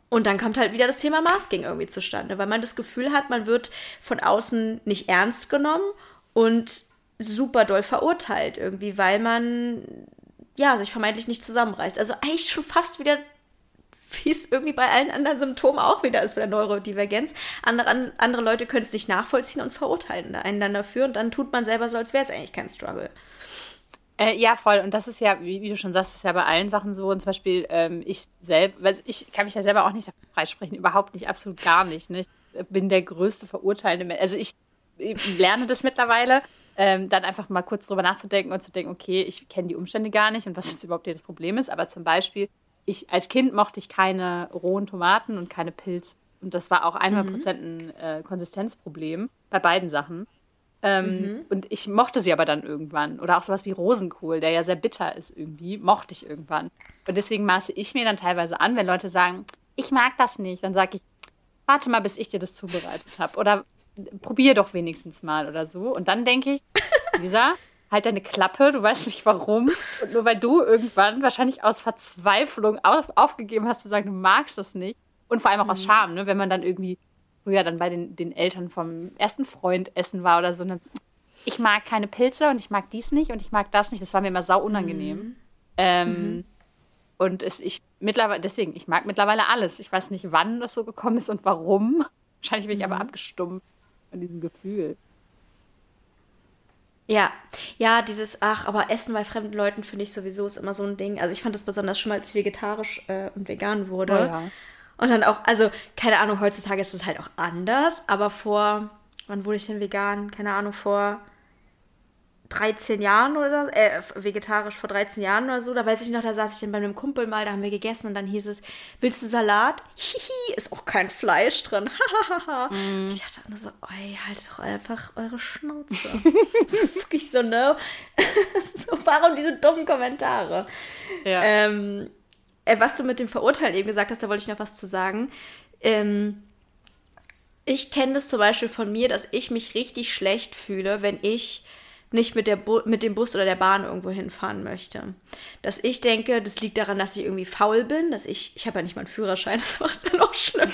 Und dann kommt halt wieder das Thema Masking irgendwie zustande, weil man das Gefühl hat, man wird von außen nicht ernst genommen und super doll verurteilt irgendwie, weil man ja sich vermeintlich nicht zusammenreißt. Also eigentlich schon fast wieder, wie es irgendwie bei allen anderen Symptomen auch wieder ist bei der Neurodivergenz. Andere, andere Leute können es nicht nachvollziehen und verurteilen einen dann dafür und dann tut man selber so, als wäre es eigentlich kein Struggle.
Äh, ja, voll. Und das ist ja, wie, wie du schon sagst, ist ja bei allen Sachen so. Und zum Beispiel, ähm, ich selbst, weil ich kann mich ja selber auch nicht davon freisprechen, überhaupt nicht, absolut gar nicht. Ne? Ich bin der größte verurteilende Mensch. Also ich, ich lerne das mittlerweile, ähm, dann einfach mal kurz drüber nachzudenken und zu denken, okay, ich kenne die Umstände gar nicht und was jetzt überhaupt hier das Problem ist. Aber zum Beispiel, ich als Kind mochte ich keine rohen Tomaten und keine Pilze. Und das war auch hundert Prozent ein äh, Konsistenzproblem bei beiden Sachen. Ähm, mhm. Und ich mochte sie aber dann irgendwann. Oder auch sowas wie Rosenkohl, der ja sehr bitter ist irgendwie, mochte ich irgendwann. Und deswegen maße ich mir dann teilweise an, wenn Leute sagen, ich mag das nicht, dann sage ich, warte mal, bis ich dir das zubereitet habe. Oder probier doch wenigstens mal oder so. Und dann denke ich, Lisa, halt deine Klappe, du weißt nicht warum. Und nur weil du irgendwann wahrscheinlich aus Verzweiflung auf, aufgegeben hast zu sagen, du magst das nicht. Und vor allem auch mhm. aus Scham, ne? Wenn man dann irgendwie früher dann bei den, den Eltern vom ersten Freund essen war oder so. Und dann, ich mag keine Pilze und ich mag dies nicht und ich mag das nicht. Das war mir immer sau unangenehm. Mhm. Ähm, mhm. Und es, ich mittlerweile, deswegen, ich mag mittlerweile alles. Ich weiß nicht, wann das so gekommen ist und warum. Wahrscheinlich bin ich mhm. aber abgestumpft von diesem Gefühl.
Ja, ja, dieses, ach, aber Essen bei fremden Leuten finde ich sowieso ist immer so ein Ding. Also ich fand das besonders schon mal, als ich vegetarisch äh, und vegan wurde.
Oh ja.
Und dann auch, also, keine Ahnung, heutzutage ist es halt auch anders, aber vor, wann wurde ich denn vegan? Keine Ahnung, vor dreizehn Jahren oder, äh, vegetarisch vor dreizehn Jahren oder so, da weiß ich noch, da saß ich dann bei einem Kumpel mal, da haben wir gegessen und dann hieß es, willst du Salat? Hihi, ist auch kein Fleisch drin, hahaha. Mm. Ich dachte nur so, ey, haltet doch einfach eure Schnauze. Das ist wirklich so, ne? So, warum diese dummen Kommentare? Ja. Ähm, Was du mit dem Verurteilen eben gesagt hast, da wollte ich noch was zu sagen. Ähm, ich kenne das zum Beispiel von mir, dass ich mich richtig schlecht fühle, wenn ich nicht mit, der Bu- mit dem Bus oder der Bahn irgendwo hinfahren möchte. Dass ich denke, das liegt daran, dass ich irgendwie faul bin, dass ich, ich habe ja nicht mal einen Führerschein, das macht es ja noch schlimmer,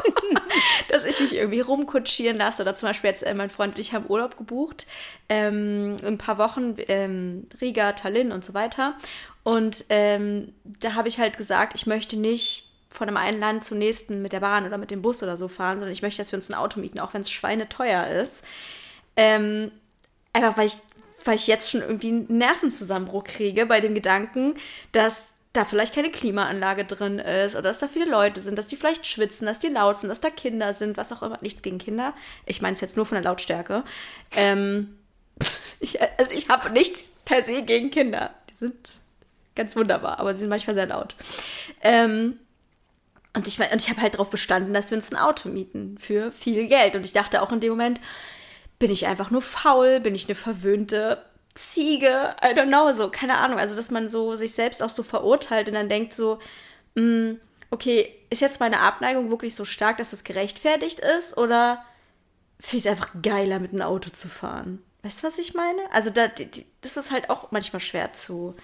dass ich mich irgendwie rumkutschieren lasse oder zum Beispiel jetzt äh, mein Freund und ich haben Urlaub gebucht, ähm, ein paar Wochen, ähm, Riga, Tallinn und so weiter. Und ähm, da habe ich halt gesagt, ich möchte nicht von einem einen Land zum nächsten mit der Bahn oder mit dem Bus oder so fahren, sondern ich möchte, dass wir uns ein Auto mieten, auch wenn es schweineteuer ist. Ähm, einfach weil ich, weil ich jetzt schon irgendwie einen Nervenzusammenbruch kriege bei dem Gedanken, dass da vielleicht keine Klimaanlage drin ist oder dass da viele Leute sind, dass die vielleicht schwitzen, dass die laut sind, dass da Kinder sind, was auch immer. Nichts gegen Kinder. Ich meine es jetzt nur von der Lautstärke. Ähm, ich, also ich habe nichts per se gegen Kinder. Die sind ganz wunderbar, aber sie sind manchmal sehr laut. Ähm, und ich, und ich habe halt darauf bestanden, dass wir uns ein Auto mieten für viel Geld. Und ich dachte auch in dem Moment, bin ich einfach nur faul? Bin ich eine verwöhnte Ziege? I don't know, so, keine Ahnung. Also, dass man so sich selbst auch so verurteilt und dann denkt so, mh, okay, ist jetzt meine Abneigung wirklich so stark, dass das gerechtfertigt ist? Oder finde ich es einfach geiler, mit einem Auto zu fahren? Weißt du, was ich meine? Also, da, die, das ist halt auch manchmal schwer zu,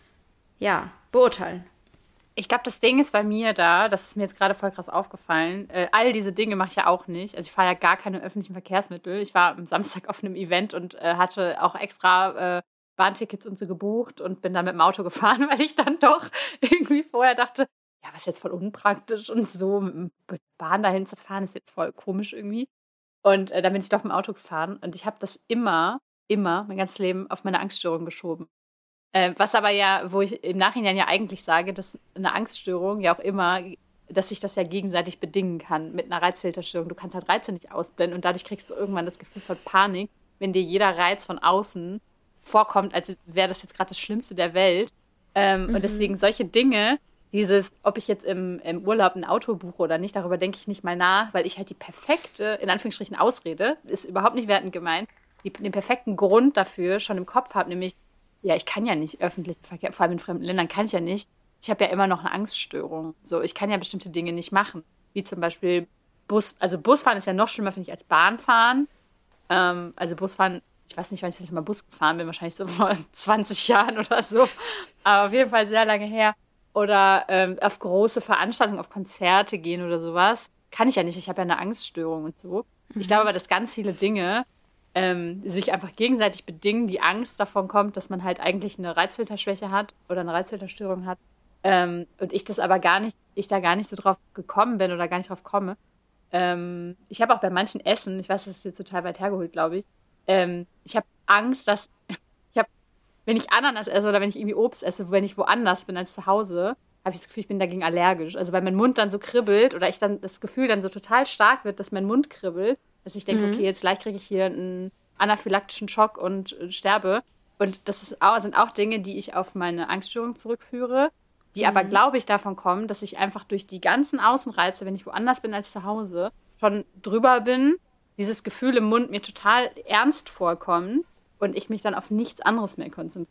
ja, beurteilen.
Ich glaube, das Ding ist bei mir da, das ist mir jetzt gerade voll krass aufgefallen, äh, all diese Dinge mache ich ja auch nicht. Also ich fahre ja gar keine öffentlichen Verkehrsmittel. Ich war am Samstag auf einem Event und äh, hatte auch extra äh, Bahntickets und so gebucht und bin dann mit dem Auto gefahren, weil ich dann doch irgendwie vorher dachte, ja, was ist jetzt voll unpraktisch und so, mit der Bahn dahin zu fahren, ist jetzt voll komisch irgendwie. Und äh, dann bin ich doch mit dem Auto gefahren und ich habe das immer, immer, mein ganzes Leben auf meine Angststörung geschoben. Äh, was aber ja, wo ich im Nachhinein ja eigentlich sage, dass eine Angststörung ja auch immer, dass sich das ja gegenseitig bedingen kann mit einer Reizfilterstörung. Du kannst halt Reize nicht ausblenden und dadurch kriegst du irgendwann das Gefühl von Panik, wenn dir jeder Reiz von außen vorkommt, als wäre das jetzt gerade das Schlimmste der Welt. Ähm, mhm. Und deswegen solche Dinge, dieses, ob ich jetzt im, im Urlaub ein Auto buche oder nicht, darüber denke ich nicht mal nach, weil ich halt die perfekte, in Anführungsstrichen, Ausrede, ist überhaupt nicht wertend gemeint, die, den perfekten Grund dafür schon im Kopf habe, nämlich ja, ich kann ja nicht öffentlichen Verkehr, vor allem in fremden Ländern kann ich ja nicht. Ich habe ja immer noch eine Angststörung. So, ich kann ja bestimmte Dinge nicht machen. Wie zum Beispiel Bus, also Busfahren ist ja noch schlimmer, finde ich, als Bahnfahren. Ähm, also Busfahren, ich weiß nicht, wann ich das letzte Mal Bus gefahren bin, wahrscheinlich so vor zwanzig Jahren oder so. Aber auf jeden Fall sehr lange her. oder ähm, auf große Veranstaltungen, auf Konzerte gehen oder sowas. Kann ich ja nicht. Ich habe ja eine Angststörung und so. Mhm. Ich glaube aber, dass ganz viele Dinge ähm, sich einfach gegenseitig bedingen. Die Angst davon kommt, dass man halt eigentlich eine Reizfilterschwäche hat oder eine Reizfilterstörung hat. Ähm, und ich das aber gar nicht, ich da gar nicht so drauf gekommen bin oder gar nicht drauf komme. Ähm, ich habe auch bei manchen Essen, ich weiß, das ist jetzt total weit hergeholt, glaube ich, ähm, ich habe Angst, dass ich habe, wenn ich Ananas esse oder wenn ich irgendwie Obst esse, wenn ich woanders bin als zu Hause, habe ich das Gefühl, ich bin dagegen allergisch. Also weil mein Mund dann so kribbelt oder ich dann das Gefühl dann so total stark wird, dass mein Mund kribbelt, dass ich denke, mhm. okay, jetzt gleich kriege ich hier einen anaphylaktischen Schock und äh, sterbe. Und das ist auch, sind auch Dinge, die ich auf meine Angststörung zurückführe, die mhm. aber, glaube ich, davon kommen, dass ich einfach durch die ganzen Außenreize, wenn ich woanders bin als zu Hause, schon drüber bin, dieses Gefühl im Mund mir total ernst vorkommt und ich mich dann auf nichts anderes mehr konzentriere.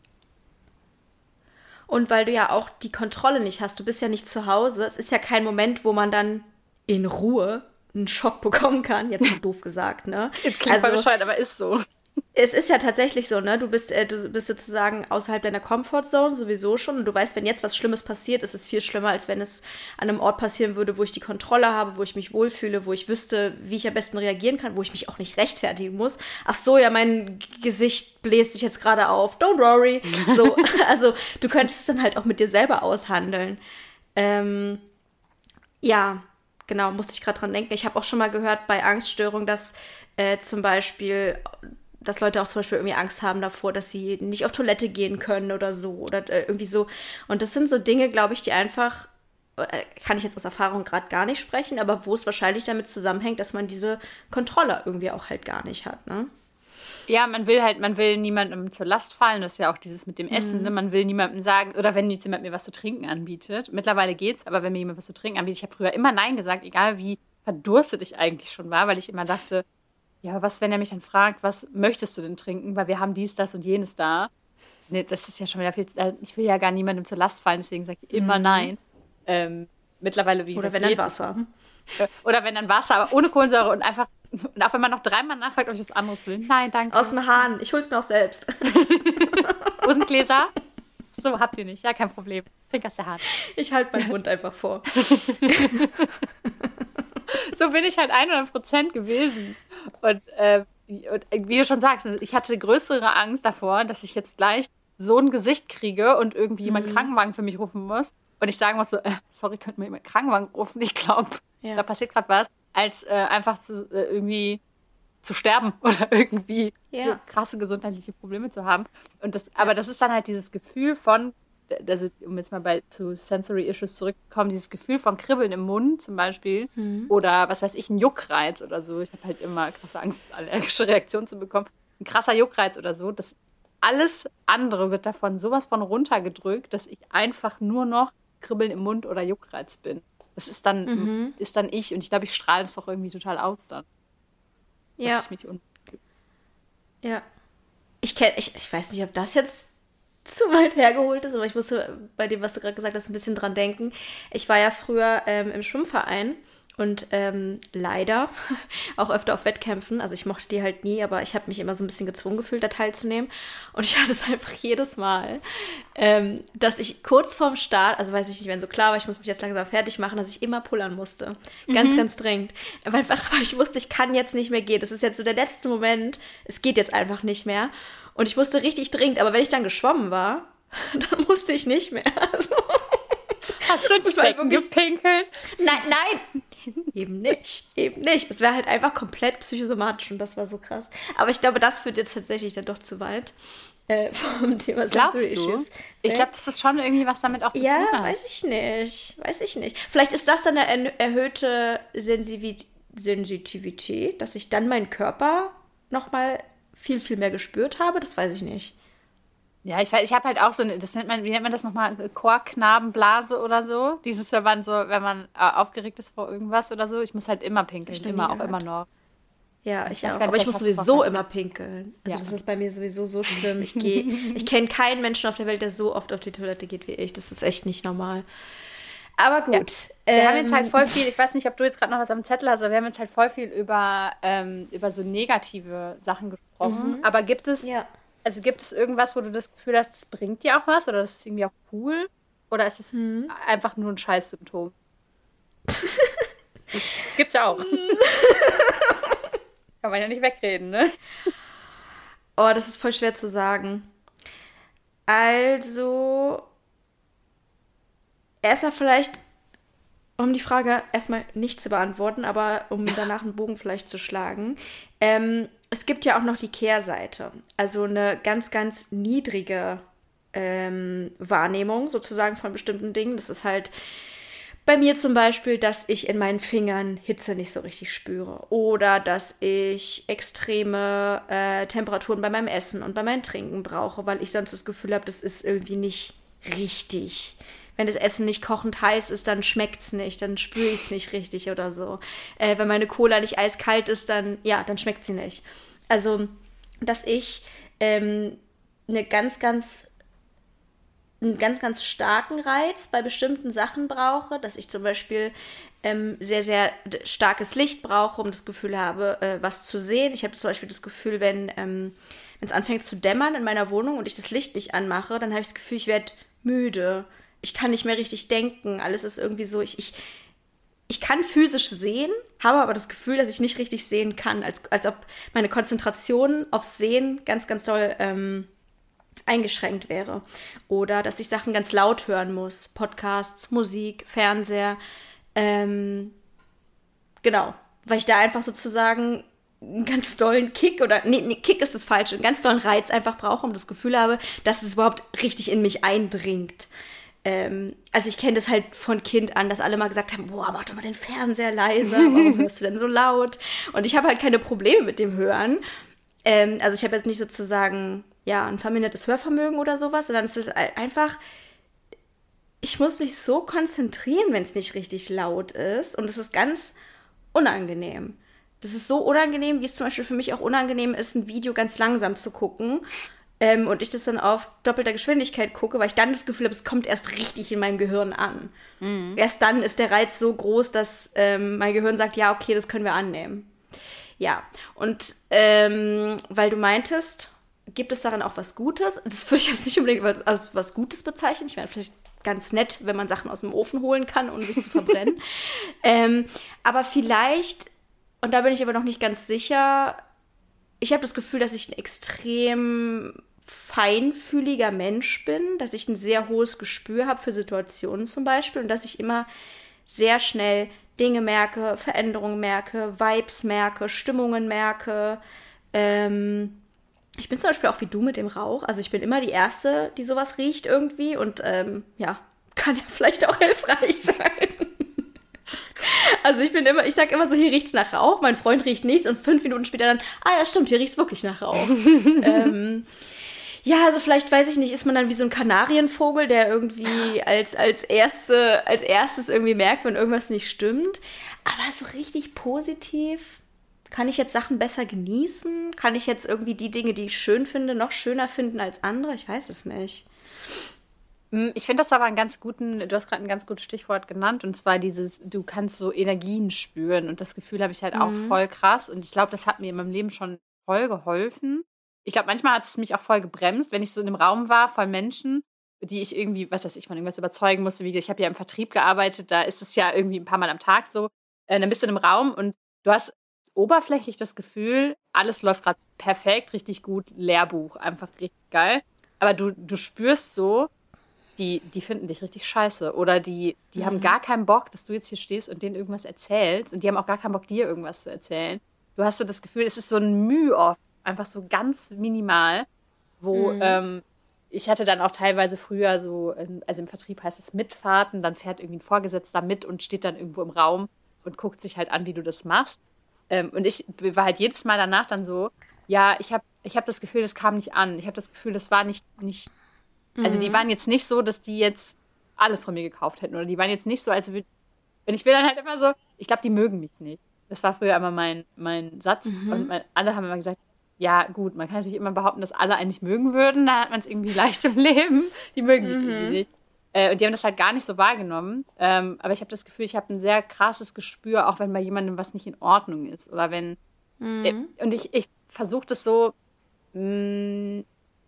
Und weil du ja auch die Kontrolle nicht hast, du bist ja nicht zu Hause, es ist ja kein Moment, wo man dann in Ruhe einen Schock bekommen kann, jetzt mal doof gesagt, ne?
Jetzt klingt also, voll bescheuert, aber ist so.
Es ist ja tatsächlich so, ne? Du bist, äh, du bist sozusagen außerhalb deiner Comfortzone sowieso schon und du weißt, wenn jetzt was Schlimmes passiert, ist es viel schlimmer, als wenn es an einem Ort passieren würde, wo ich die Kontrolle habe, wo ich mich wohlfühle, wo ich wüsste, wie ich am besten reagieren kann, wo ich mich auch nicht rechtfertigen muss. Ach so, ja, mein Gesicht bläst sich jetzt gerade auf. Don't worry. So, also du könntest es dann halt auch mit dir selber aushandeln. Ähm, ja, genau, musste ich gerade dran denken. Ich habe auch schon mal gehört bei Angststörungen, dass äh, zum Beispiel dass Leute auch zum Beispiel irgendwie Angst haben davor, dass sie nicht auf Toilette gehen können oder so oder äh, irgendwie so. Und das sind so Dinge, glaube ich, die einfach, äh, kann ich jetzt aus Erfahrung gerade gar nicht sprechen, aber wo es wahrscheinlich damit zusammenhängt, dass man diese Kontrolle irgendwie auch halt gar nicht hat, ne?
Ja, man will halt, man will niemandem zur Last fallen, das ist ja auch dieses mit dem Essen, mhm. ne? Man will niemandem sagen, oder wenn jetzt jemand mir was zu trinken anbietet, mittlerweile geht's, aber wenn mir jemand was zu trinken anbietet, ich habe früher immer Nein gesagt, egal wie verdurstet ich eigentlich schon war, weil ich immer dachte, ja, aber was, wenn er mich dann fragt, was möchtest du denn trinken? Weil wir haben dies, das und jenes da. Nee, das ist ja schon wieder viel. Ich will ja gar niemandem zur Last fallen, deswegen sage ich immer mhm. nein. Ähm, mittlerweile wie
Oder wenn dann Wasser.
Oder wenn dann Wasser, aber ohne Kohlensäure und einfach. Und auch wenn man noch dreimal nachfragt, ob ich was anderes will. Nein, danke.
Aus dem Hahn. Ich hol's mir auch selbst.
Wo sind Gläser? So, habt ihr nicht. Ja, kein Problem. Trink aus der Hand.
Ich halte meinen Mund einfach vor.
So bin ich halt hundert Prozent gewesen. Und, äh, und wie du schon sagst, ich hatte größere Angst davor, dass ich jetzt gleich so ein Gesicht kriege und irgendwie jemand mhm. Krankenwagen für mich rufen muss. Und ich sagen muss so, äh, sorry, könnte mir jemand Krankenwagen rufen? Ich glaube, ja. da passiert gerade was. Als äh, einfach zu, äh, irgendwie zu sterben oder irgendwie ja. so krasse gesundheitliche Probleme zu haben. Und das, aber das ist dann halt dieses Gefühl von, also um jetzt mal bei zu Sensory Issues zurückzukommen, dieses Gefühl von Kribbeln im Mund zum Beispiel mhm. oder was weiß ich, ein Juckreiz oder so. Ich habe halt immer krasse Angst, allergische Reaktionen zu bekommen. Ein krasser Juckreiz oder so. Das alles andere wird davon sowas von runtergedrückt, dass ich einfach nur noch Kribbeln im Mund oder Juckreiz bin. Das ist dann, mhm. ist dann ich und ich glaube, ich strahle das auch irgendwie total aus dann.
Ja.
Dass ich mich un-
ja. Ich kenne, ich, ich weiß nicht, ob das jetzt zu weit hergeholt ist, aber ich musste bei dem, was du gerade gesagt hast, ein bisschen dran denken. Ich war ja früher ähm, im Schwimmverein und ähm, leider auch öfter auf Wettkämpfen. Also ich mochte die halt nie, aber ich habe mich immer so ein bisschen gezwungen gefühlt, da teilzunehmen. Und ich hatte es einfach jedes Mal, ähm, dass ich kurz vorm Start, also weiß ich nicht, wenn so klar war, ich muss mich jetzt langsam fertig machen, dass ich immer pullern musste. Ganz, mhm. ganz dringend. Aber einfach, weil ich wusste, ich kann jetzt nicht mehr gehen. Das ist jetzt so der letzte Moment. Es geht jetzt einfach nicht mehr. Und ich musste richtig dringend, aber wenn ich dann geschwommen war, dann musste ich nicht mehr. Also,
hast du ins Becken gepinkelt?
Nein, nein, eben nicht, eben nicht. Es wäre halt einfach komplett psychosomatisch und das war so krass. Aber ich glaube, das führt jetzt tatsächlich dann doch zu weit äh, vom Thema Sensory Issues.
Ich glaube, das ist schon irgendwie was damit auch zu
ja,
tun hat.
Ja, weiß ich nicht, weiß ich nicht. Vielleicht ist das dann eine erhöhte Sensitivität, Sensitivität, dass ich dann meinen Körper nochmal viel, viel mehr gespürt habe, das weiß ich nicht.
Ja, ich, ich habe halt auch so eine, das nennt man, wie nennt man das nochmal, Chorknabenblase oder so? Dieses, wenn man so, wenn man äh, aufgeregt ist vor irgendwas oder so, ich muss halt immer pinkeln, immer, auch immer noch.
Ja, ich, ich auch, aber ich muss sowieso immer pinkeln. Also ja. Das ist bei mir sowieso so schlimm. Ich gehe, ich kenne keinen Menschen auf der Welt, der so oft auf die Toilette geht wie ich. Das ist echt nicht normal. Aber gut.
Ja. Wir ähm, haben jetzt halt voll viel, ich weiß nicht, ob du jetzt gerade noch was am Zettel hast, aber wir haben jetzt halt voll viel über, ähm, über so negative Sachen gesprochen. Mhm. Aber gibt es,
ja.
also gibt es irgendwas, wo du das Gefühl hast, das bringt dir auch was oder das ist irgendwie auch cool? Oder ist es
Hm.
einfach nur ein Scheißsymptom? Gibt's ja auch. Kann man ja nicht wegreden, ne?
Oh, das ist voll schwer zu sagen. Also, erstmal vielleicht, um die Frage erstmal nicht zu beantworten, aber um danach einen Bogen vielleicht zu schlagen. Ähm, es gibt ja auch noch die Kehrseite. Also eine ganz, ganz niedrige ähm, Wahrnehmung sozusagen von bestimmten Dingen. Das ist halt bei mir zum Beispiel, dass ich in meinen Fingern Hitze nicht so richtig spüre. Oder dass ich extreme äh, Temperaturen bei meinem Essen und bei meinem Trinken brauche, weil ich sonst das Gefühl habe, das ist irgendwie nicht richtig. Wenn das Essen nicht kochend heiß ist, dann schmeckt es nicht, dann spüre ich es nicht richtig oder so. Äh, wenn meine Cola nicht eiskalt ist, dann, ja, dann schmeckt sie nicht. Also, dass ich ähm, eine ganz, ganz einen ganz, ganz starken Reiz bei bestimmten Sachen brauche, dass ich zum Beispiel ähm, sehr, sehr starkes Licht brauche, um das Gefühl habe, äh, was zu sehen. Ich habe zum Beispiel das Gefühl, wenn ähm, es anfängt zu dämmern in meiner Wohnung und ich das Licht nicht anmache, dann habe ich das Gefühl, ich werde müde. Ich kann nicht mehr richtig denken. Alles ist irgendwie so, ich, ich, ich kann physisch sehen, habe aber das Gefühl, dass ich nicht richtig sehen kann, als, als ob meine Konzentration aufs Sehen ganz, ganz doll ähm, eingeschränkt wäre. Oder dass ich Sachen ganz laut hören muss. Podcasts, Musik, Fernseher. Ähm, genau. Weil ich da einfach sozusagen einen ganz dollen Kick oder, nee, nee, Kick ist das Falsche, einen ganz dollen Reiz einfach brauche, um das Gefühl habe, dass es überhaupt richtig in mich eindringt. Ähm, also ich kenne das halt von Kind an, dass alle mal gesagt haben, boah, mach doch mal den Fernseher leiser, warum hörst du denn so laut? Und ich habe halt keine Probleme mit dem Hören. Ähm, also ich habe jetzt nicht sozusagen, ja, ein vermindertes Hörvermögen oder sowas, sondern es ist einfach, ich muss mich so konzentrieren, wenn es nicht richtig laut ist. Und es ist ganz unangenehm. Das ist so unangenehm, wie es zum Beispiel für mich auch unangenehm ist, ein Video ganz langsam zu gucken. Ähm, und ich das dann auf doppelter Geschwindigkeit gucke, weil ich dann das Gefühl habe, es kommt erst richtig in meinem Gehirn an. Mhm. Erst dann ist der Reiz so groß, dass ähm, mein Gehirn sagt, ja, okay, das können wir annehmen. Ja, und ähm, weil du meintest, gibt es daran auch was Gutes? Das würde ich jetzt nicht unbedingt als was Gutes bezeichnen. Ich meine, vielleicht ganz nett, wenn man Sachen aus dem Ofen holen kann, um sich zu verbrennen. ähm, aber vielleicht, und da bin ich aber noch nicht ganz sicher, ich habe das Gefühl, dass ich ein extrem feinfühliger Mensch bin, dass ich ein sehr hohes Gespür habe für Situationen zum Beispiel und dass ich immer sehr schnell Dinge merke, Veränderungen merke, Vibes merke, Stimmungen merke. Ähm, ich bin zum Beispiel auch wie du mit dem Rauch. Also ich bin immer die Erste, die sowas riecht irgendwie und ähm, ja, kann ja vielleicht auch hilfreich sein. Also ich bin immer, ich sag immer so, hier riecht's nach Rauch, mein Freund riecht nichts und fünf Minuten später dann, ah ja, stimmt, hier riecht's wirklich nach Rauch. ähm, ja, also vielleicht, weiß ich nicht, ist man dann wie so ein Kanarienvogel, der irgendwie als, als, erste, als erstes irgendwie merkt, wenn irgendwas nicht stimmt. Aber so richtig positiv, kann ich jetzt Sachen besser genießen? Kann ich jetzt irgendwie die Dinge, die ich schön finde, noch schöner finden als andere? Ich weiß es nicht.
Ich finde das aber einen ganz guten, du hast gerade ein ganz gutes Stichwort genannt, und zwar dieses, du kannst so Energien spüren, und das Gefühl habe ich halt auch
Mhm.
voll krass, und ich glaube, das hat mir in meinem Leben schon voll geholfen. Ich glaube, manchmal hat es mich auch voll gebremst, wenn ich so in einem Raum war voll Menschen, die ich irgendwie, was weiß ich, von irgendwas überzeugen musste. Wie gesagt, ich habe ja im Vertrieb gearbeitet, da ist es ja irgendwie ein paar Mal am Tag so. Äh, dann bist du in einem Raum und du hast oberflächlich das Gefühl, alles läuft gerade perfekt, richtig gut, Lehrbuch, einfach richtig geil. Aber du, du spürst so, die, die finden dich richtig scheiße. Oder die, die
Mhm.
haben gar keinen Bock, dass du jetzt hier stehst und denen irgendwas erzählst. Und die haben auch gar keinen Bock, dir irgendwas zu erzählen. Du hast so das Gefühl, es ist so ein Mühe oft, einfach so ganz minimal, wo
Mhm.
ähm, ich hatte dann auch teilweise früher so, also im Vertrieb heißt es Mitfahrten, dann fährt irgendwie ein Vorgesetzter mit und steht dann irgendwo im Raum und guckt sich halt an, wie du das machst. Ähm, und ich war halt jedes Mal danach dann so, ja, ich habe ich hab das Gefühl, das kam nicht an. Ich habe das Gefühl, das war nicht, nicht also die
Mhm.
waren jetzt nicht so, dass die jetzt alles von mir gekauft hätten. Oder die waren jetzt nicht so, als würde. Und ich bin dann halt immer so, ich glaube, die mögen mich nicht. Das war früher immer mein, mein Satz. Und
Mhm.
mein, alle haben immer gesagt, ja gut, man kann natürlich immer behaupten, dass alle eigentlich mögen würden. Da hat man es irgendwie leicht im Leben. Die mögen mich irgendwie
Mhm.
nicht. Äh, und die haben das halt gar nicht so wahrgenommen. Ähm, aber ich habe das Gefühl, ich habe ein sehr krasses Gespür, auch wenn bei jemandem was nicht in Ordnung ist. Oder wenn. Äh,
Mhm.
und ich, ich versuche das so. Mh,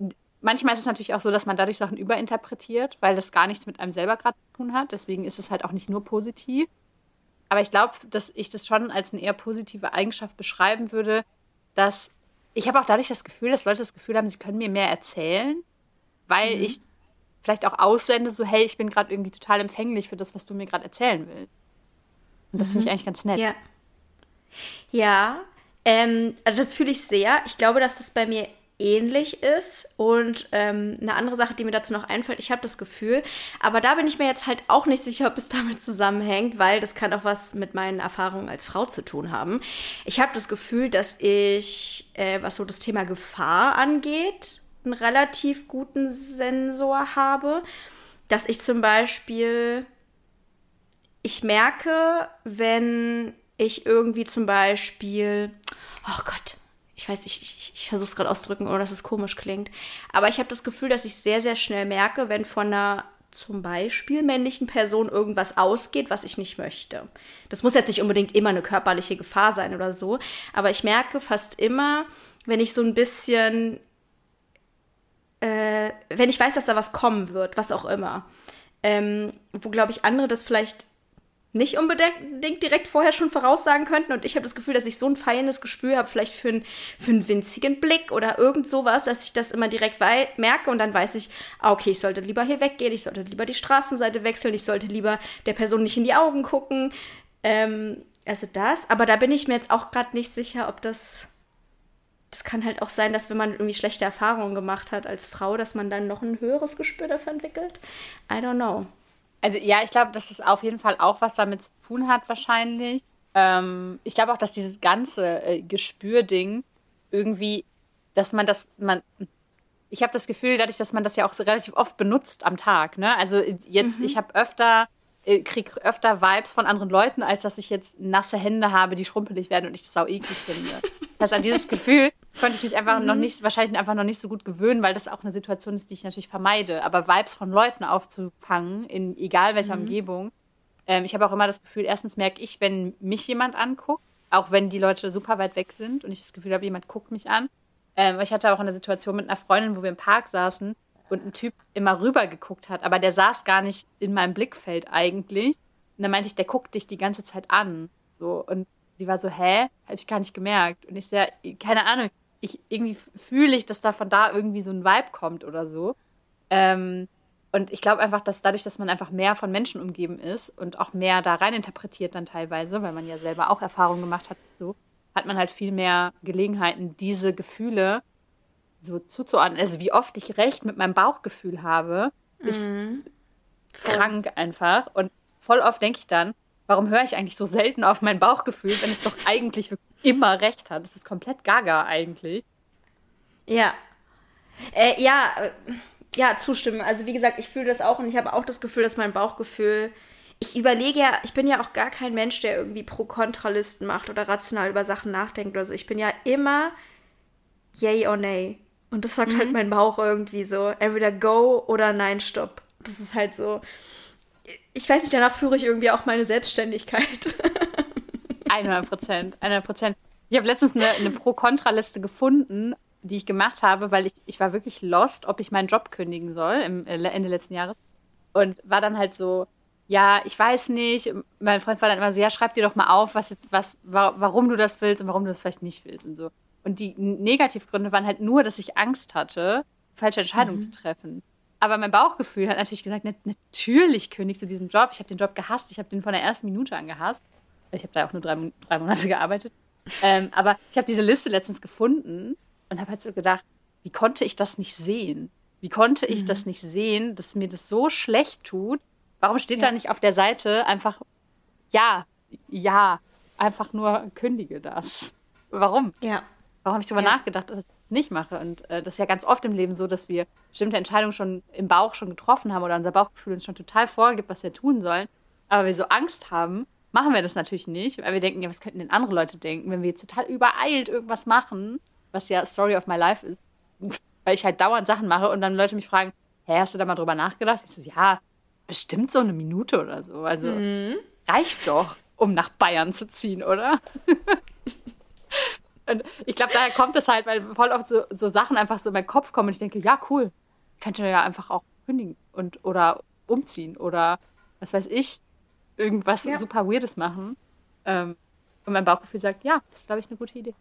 manchmal ist es natürlich auch so, dass man dadurch Sachen überinterpretiert, weil das gar nichts mit einem selber gerade zu tun hat. Deswegen ist es halt auch nicht nur positiv. Aber ich glaube, dass ich das schon als eine eher positive Eigenschaft beschreiben würde, dass ich habe auch dadurch das Gefühl, dass Leute das Gefühl haben, sie können mir mehr erzählen, weil mhm. ich vielleicht auch aussende, so hey, ich bin gerade irgendwie total empfänglich für das, was du mir gerade erzählen willst. Und das mhm. finde ich eigentlich ganz nett.
Ja, ja ähm, also das fühle ich sehr. Ich glaube, dass das bei mir ähnlich ist. Und ähm, eine andere Sache, die mir dazu noch einfällt, ich habe das Gefühl, aber da bin ich mir jetzt halt auch nicht sicher, ob es damit zusammenhängt, weil das kann auch was mit meinen Erfahrungen als Frau zu tun haben. Ich habe das Gefühl, dass ich, äh, was so das Thema Gefahr angeht, einen relativ guten Sensor habe. Dass ich zum Beispiel, ich merke, wenn ich irgendwie zum Beispiel, oh Gott, ich weiß, ich, ich, ich versuche es gerade auszudrücken, ohne dass es komisch klingt. Aber ich habe das Gefühl, dass ich sehr, sehr schnell merke, wenn von einer zum Beispiel männlichen Person irgendwas ausgeht, was ich nicht möchte. Das muss jetzt nicht unbedingt immer eine körperliche Gefahr sein oder so. Aber ich merke fast immer, wenn ich so ein bisschen, äh, wenn ich weiß, dass da was kommen wird, was auch immer. Ähm, wo, glaube ich, andere das vielleicht nicht unbedingt direkt vorher schon voraussagen könnten. Und ich habe das Gefühl, dass ich so ein feines Gespür habe, vielleicht für, ein, für einen winzigen Blick oder irgend sowas, dass ich das immer direkt wei- merke und dann weiß ich, ah, okay, ich sollte lieber hier weggehen, ich sollte lieber die Straßenseite wechseln, ich sollte lieber der Person nicht in die Augen gucken. Ähm, also das. Aber da bin ich mir jetzt auch gerade nicht sicher, ob das... Das kann halt auch sein, dass wenn man irgendwie schlechte Erfahrungen gemacht hat als Frau, dass man dann noch ein höheres Gespür dafür entwickelt. I don't know.
Also ja, ich glaube, dass es auf jeden Fall auch was damit zu tun hat wahrscheinlich. Ähm, ich glaube auch, dass dieses ganze äh, Gespürding irgendwie, dass man das, man, ich habe das Gefühl, dadurch, dass man das ja auch so relativ oft benutzt am Tag, ne? Also jetzt, mhm. ich habe öfter, äh, krieg öfter Vibes von anderen Leuten, als dass ich jetzt nasse Hände habe, die schrumpelig werden und ich das sau eklig finde. Das heißt, an dieses Gefühl konnte ich mich einfach mhm. noch nicht, wahrscheinlich einfach noch nicht so gut gewöhnen, weil das auch eine Situation ist, die ich natürlich vermeide. Aber Vibes von Leuten aufzufangen, in egal welcher mhm. Umgebung. Ähm, ich habe auch immer das Gefühl, erstens merke ich, wenn mich jemand anguckt, auch wenn die Leute super weit weg sind und ich das Gefühl habe, jemand guckt mich an. Ähm, ich hatte auch eine Situation mit einer Freundin, wo wir im Park saßen und ein Typ immer rüber geguckt hat, aber der saß gar nicht in meinem Blickfeld eigentlich. Und dann meinte ich, der guckt dich die ganze Zeit an. So, und sie war so, hä? Habe ich gar nicht gemerkt. Und ich so, ja, keine Ahnung, ich, irgendwie fühle ich, dass da von da irgendwie so ein Vibe kommt oder so. Ähm, und ich glaube einfach, dass dadurch, dass man einfach mehr von Menschen umgeben ist und auch mehr da rein interpretiert dann teilweise, weil man ja selber auch Erfahrungen gemacht hat, so, hat man halt viel mehr Gelegenheiten, diese Gefühle so zuzuordnen. Also wie oft ich recht mit meinem Bauchgefühl habe, ist mhm. krank einfach. Und voll oft denke ich dann, warum höre ich eigentlich so selten auf mein Bauchgefühl, wenn es doch eigentlich wirklich immer recht hat? Das ist komplett gaga eigentlich.
Ja. Äh, ja, äh, ja, zustimmen. Also wie gesagt, ich fühle das auch und ich habe auch das Gefühl, dass mein Bauchgefühl... Ich überlege ja, ich bin ja auch gar kein Mensch, der irgendwie Pro-Kontra-Listen macht oder rational über Sachen nachdenkt oder so. Ich bin ja immer yay or nay. Und das sagt mhm. halt mein Bauch irgendwie so, entweder go oder nein, stopp. Das ist halt so... Ich weiß nicht, danach führe ich irgendwie auch meine Selbstständigkeit.
hundert Prozent, hundert Prozent. Ich habe letztens eine, eine Pro-Kontra-Liste gefunden, die ich gemacht habe, weil ich, ich war wirklich lost, ob ich meinen Job kündigen soll im Ende letzten Jahres. Und war dann halt so, ja, ich weiß nicht. Mein Freund war dann immer so, ja, schreib dir doch mal auf, was jetzt, was, warum du das willst und warum du das vielleicht nicht willst und so. Und die Negativgründe waren halt nur, dass ich Angst hatte, falsche Entscheidungen mhm. zu treffen. Aber mein Bauchgefühl hat natürlich gesagt, natürlich kündigst du diesen Job. Ich habe den Job gehasst. Ich habe den von der ersten Minute an gehasst. Ich habe da auch nur drei, drei Monate gearbeitet. Ähm, aber ich habe diese Liste letztens gefunden und habe halt so gedacht, wie konnte ich das nicht sehen? Wie konnte ich mhm. das nicht sehen, dass mir das so schlecht tut? Warum steht ja. da nicht auf der Seite einfach, ja, ja, einfach nur kündige das? Warum?
Ja.
Warum habe ich darüber ja. nachgedacht, dass ich das nicht mache? Und äh, das ist ja ganz oft im Leben so, dass wir bestimmte Entscheidungen schon im Bauch schon getroffen haben oder unser Bauchgefühl uns schon total vorgibt, was wir tun sollen. Aber wir so Angst haben, machen wir das natürlich nicht, weil wir denken, ja, was könnten denn andere Leute denken, wenn wir jetzt total übereilt irgendwas machen, was ja Story of my life ist, weil ich halt dauernd Sachen mache und dann Leute mich fragen, hä, hast du da mal drüber nachgedacht? Ich so, ja, bestimmt so eine Minute oder so. Also mhm. reicht doch, um nach Bayern zu ziehen, oder? Und ich glaube, daher kommt es halt, weil voll oft so, so Sachen einfach so in meinen Kopf kommen und ich denke, ja, cool, ich könnte ja einfach auch kündigen und oder umziehen oder was weiß ich, irgendwas
Ja.
super Weirdes machen. Ähm, und mein Bauchgefühl sagt, ja, das ist, glaube ich, eine gute Idee.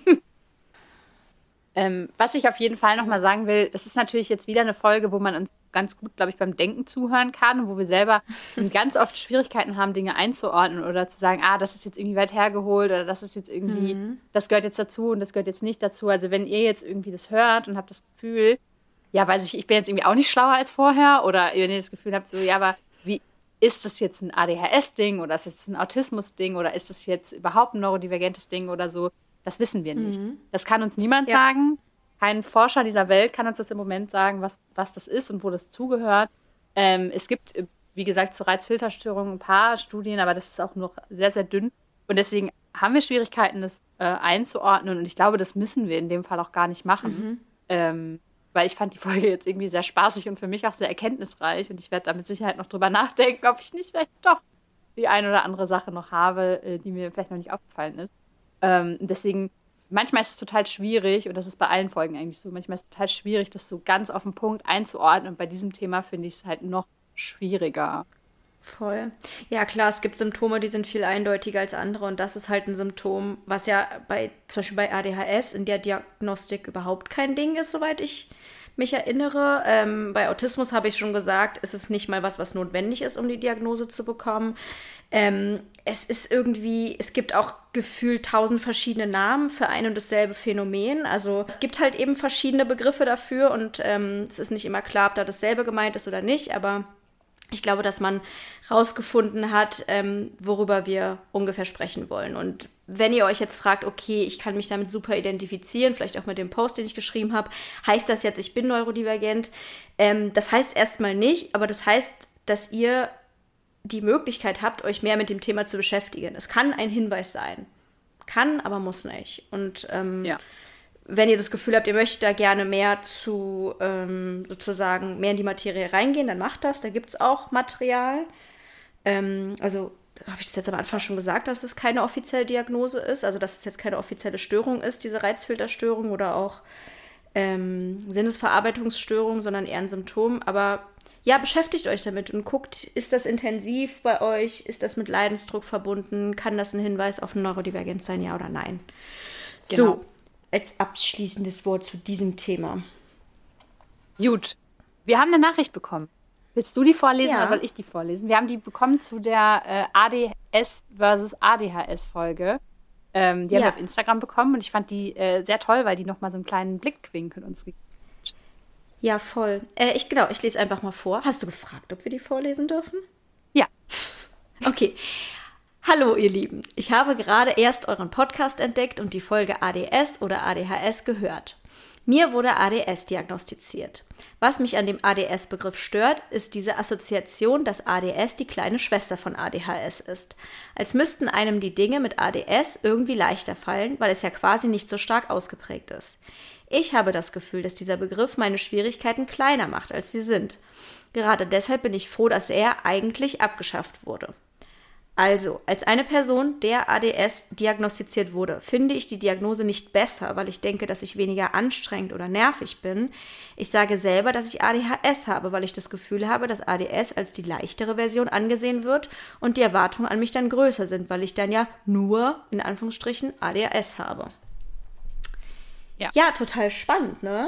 ähm, was ich auf jeden Fall nochmal sagen will, das ist natürlich jetzt wieder eine Folge, wo man uns ganz gut, glaube ich, beim Denken zuhören kann und wo wir selber ganz oft Schwierigkeiten haben, Dinge einzuordnen oder zu sagen, ah, das ist jetzt irgendwie weit hergeholt oder das ist jetzt irgendwie,
Mhm.
das gehört jetzt dazu und das gehört jetzt nicht dazu. Also wenn ihr jetzt irgendwie das hört und habt das Gefühl, ja, weiß ich, ich bin jetzt irgendwie auch nicht schlauer als vorher oder wenn ihr das Gefühl habt, so, ja, aber wie ist das jetzt ein A D H S-Ding oder ist das ein Autismus-Ding oder ist das jetzt überhaupt ein neurodivergentes Ding oder so, das wissen wir nicht.
Mhm.
Das kann uns niemand
Ja.
sagen. Kein Forscher dieser Welt kann uns das im Moment sagen, was, was das ist und wo das zugehört. Ähm, es gibt, äh, wie gesagt, zur Reizfilterstörung ein paar Studien, aber das ist auch noch sehr, sehr dünn. Und deswegen haben wir Schwierigkeiten, das äh, einzuordnen. Und ich glaube, das müssen wir in dem Fall auch gar nicht machen.
Mhm.
Ähm, weil ich fand die Folge jetzt irgendwie sehr spaßig und für mich auch sehr erkenntnisreich. Und ich werde da mit Sicherheit noch drüber nachdenken, ob ich nicht vielleicht doch die eine oder andere Sache noch habe, äh, die mir vielleicht noch nicht aufgefallen ist. Ähm, deswegen, manchmal ist es total schwierig, und das ist bei allen Folgen eigentlich so, manchmal ist es total schwierig, das so ganz auf den Punkt einzuordnen. Und bei diesem Thema finde ich es halt noch schwieriger.
Voll. Ja, klar, es gibt Symptome, die sind viel eindeutiger als andere und das ist halt ein Symptom, was ja bei, zum Beispiel bei A D H S in der Diagnostik überhaupt kein Ding ist, soweit ich mich erinnere. Ähm, bei Autismus habe ich schon gesagt, ist es nicht mal was, was notwendig ist, um die Diagnose zu bekommen. Ähm, es ist irgendwie, es gibt auch gefühlt tausend verschiedene Namen für ein und dasselbe Phänomen. Also es gibt halt eben verschiedene Begriffe dafür und ähm, es ist nicht immer klar, ob da dasselbe gemeint ist oder nicht, aber ich glaube, dass man rausgefunden hat, ähm, worüber wir ungefähr sprechen wollen. Und wenn ihr euch jetzt fragt, okay, ich kann mich damit super identifizieren, vielleicht auch mit dem Post, den ich geschrieben habe, heißt das jetzt, ich bin neurodivergent? Ähm, das heißt erstmal nicht, aber das heißt, dass ihr die Möglichkeit habt, euch mehr mit dem Thema zu beschäftigen. Es kann ein Hinweis sein. Kann, aber muss nicht. Und ähm,
Ja.
wenn ihr das Gefühl habt, ihr möchtet da gerne mehr zu, ähm, sozusagen, mehr in die Materie reingehen, dann macht das. Da gibt es auch Material. Ähm, also habe ich das jetzt am Anfang schon gesagt, dass es keine offizielle Diagnose ist, also dass es jetzt keine offizielle Störung ist, diese Reizfilterstörung oder auch ähm, Sinnesverarbeitungsstörung, sondern eher ein Symptom. Aber ja, beschäftigt euch damit und guckt, ist das intensiv bei euch? Ist das mit Leidensdruck verbunden? Kann das ein Hinweis auf eine Neurodivergenz sein, ja oder nein?
Genau.
So, als abschließendes Wort zu diesem Thema.
Gut. Wir haben eine Nachricht bekommen. Willst du die vorlesen
Ja.
oder soll ich die vorlesen? Wir haben die bekommen zu der äh, A D S versus A D H S-Folge. Ähm, die haben
Ja.
wir auf Instagram bekommen und ich fand die äh, sehr toll, weil die nochmal so einen kleinen Blickwinkel uns gegeben
Ja, voll. Äh, ich, genau, ich lese einfach mal vor. Hast du gefragt, ob wir die vorlesen dürfen?
hat. Ja.
Okay. Hallo, ihr Lieben. Ich habe gerade erst euren Podcast entdeckt und die Folge A D S oder A D H S gehört. Mir wurde A D S diagnostiziert. Was mich an dem A D S-Begriff stört, ist diese Assoziation, dass A D S die kleine Schwester von A D H S ist. Als müssten einem die Dinge mit A D S irgendwie leichter fallen, weil es ja quasi nicht so stark ausgeprägt ist. Ich habe das Gefühl, dass dieser Begriff meine Schwierigkeiten kleiner macht, als sie sind. Gerade deshalb bin ich froh, dass er eigentlich abgeschafft wurde. Also, als eine Person, der A D S diagnostiziert wurde, finde ich die Diagnose nicht besser, weil ich denke, dass ich weniger anstrengend oder nervig bin. Ich sage selber, dass ich A D H S habe, weil ich das Gefühl habe, dass A D S als die leichtere Version angesehen wird und die Erwartungen an mich dann größer sind, weil ich dann ja nur, in Anführungsstrichen, A D H S habe.
Ja.
Ja, total spannend, ne?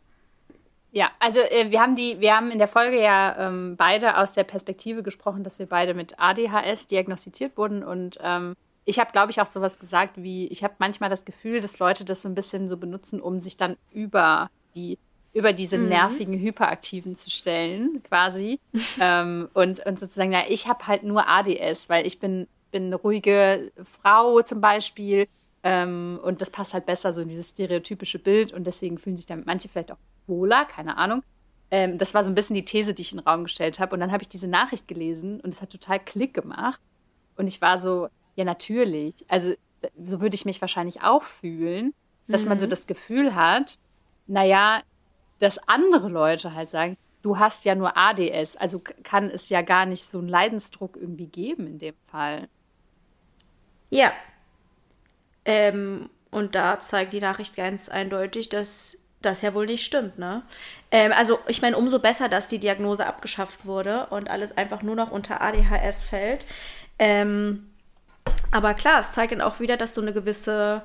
Ja, also äh, wir haben die, wir haben in der Folge ja ähm, beide aus der Perspektive gesprochen, dass wir beide mit A D H S diagnostiziert wurden und ähm, ich habe, glaube ich, auch sowas gesagt wie, ich habe manchmal das Gefühl, dass Leute das so ein bisschen so benutzen, um sich dann über die, über diese
Mhm.
nervigen Hyperaktiven zu stellen, quasi. ähm, und, und sozusagen, ja, ich habe halt nur A D S, weil ich bin, bin eine ruhige Frau zum Beispiel. Ähm, und das passt halt besser so in dieses stereotypische Bild und deswegen fühlen sich damit manche vielleicht auch wohler, keine Ahnung. Ähm, das war so ein bisschen die These, die ich in den Raum gestellt habe. Und dann habe ich diese Nachricht gelesen und es hat total Klick gemacht. Und ich war so, ja, natürlich. Also so würde ich mich wahrscheinlich auch fühlen, dass man so
Mhm.
das Gefühl hat, naja, dass andere Leute halt sagen, du hast ja nur A D S. Also k- kann es ja gar nicht so einen Leidensdruck irgendwie geben in dem Fall.
Ja. Ähm, und da zeigt die Nachricht ganz eindeutig, dass das ja wohl nicht stimmt, ne? Ähm, also ich meine, umso besser, dass die Diagnose abgeschafft wurde und alles einfach nur noch unter A D H S fällt. Ähm, aber klar, es zeigt dann auch wieder, dass so eine gewisse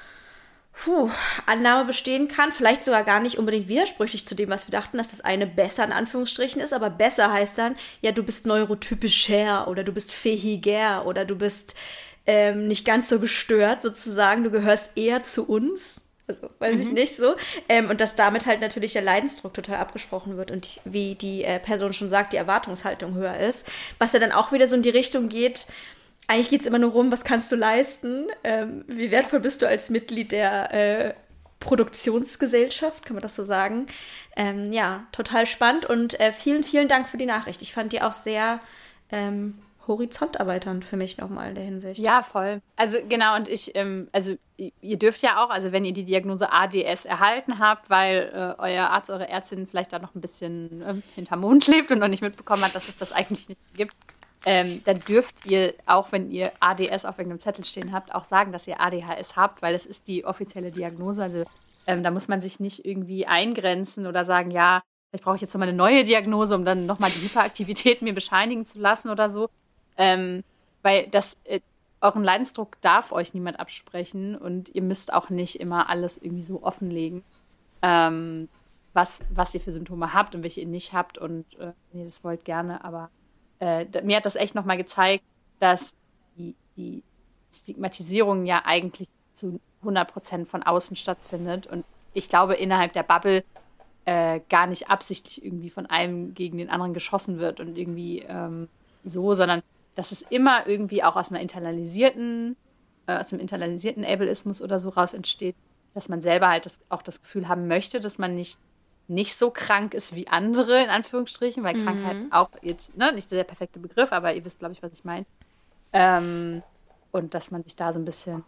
Puh, Annahme bestehen kann, vielleicht sogar gar nicht unbedingt widersprüchlich zu dem, was wir dachten, dass das eine besser in Anführungsstrichen ist, aber besser heißt dann, ja, du bist neurotypischer oder du bist fähiger oder du bist ähm, nicht ganz so gestört sozusagen, du gehörst eher zu uns, also weiß mhm. ich nicht so, ähm, und dass damit halt natürlich der Leidensdruck total abgesprochen wird und wie die äh, Person schon sagt, die Erwartungshaltung höher ist, was ja dann auch wieder so in die Richtung geht. Eigentlich geht es immer nur um, was kannst du leisten? Ähm, wie wertvoll bist du als Mitglied der äh, Produktionsgesellschaft, kann man das so sagen? Ähm, ja, total spannend und äh, vielen, vielen Dank für die Nachricht. Ich fand die auch sehr ähm, horizonterweiternd für mich nochmal in der Hinsicht.
Ja, voll. Also genau, und ich, ähm, also ihr dürft ja auch, also wenn ihr die Diagnose A D S erhalten habt, weil äh, euer Arzt, eure Ärztin vielleicht da noch ein bisschen äh, hinterm Mond lebt und noch nicht mitbekommen hat, dass es das eigentlich nicht gibt, Ähm, dann dürft ihr, auch wenn ihr A D S auf irgendeinem Zettel stehen habt, auch sagen, dass ihr A D H S habt, weil es ist die offizielle Diagnose. Also ähm, da muss man sich nicht irgendwie eingrenzen oder sagen, ja, vielleicht brauche ich jetzt nochmal eine neue Diagnose, um dann nochmal die Hyperaktivität mir bescheinigen zu lassen oder so. Ähm, weil das, äh, euren Leidensdruck darf euch niemand absprechen und ihr müsst auch nicht immer alles irgendwie so offenlegen, ähm, was, was ihr für Symptome habt und welche ihr nicht habt. Und äh, wenn ihr das wollt, gerne, aber Äh, mir hat das echt nochmal gezeigt, dass die, die Stigmatisierung ja eigentlich zu hundert Prozent von außen stattfindet. Und ich glaube, innerhalb der Bubble äh, gar nicht absichtlich irgendwie von einem gegen den anderen geschossen wird und irgendwie ähm, so, sondern dass es immer irgendwie auch aus einer internalisierten, äh, aus einem internalisierten Ableismus oder so raus entsteht, dass man selber halt das, auch das Gefühl haben möchte, dass man nicht nicht so krank ist wie andere, in Anführungsstrichen, weil mhm. Krankheit auch jetzt, ne, nicht der perfekte Begriff, aber ihr wisst, glaube ich, was ich meine. Ähm, und dass man sich da so ein bisschen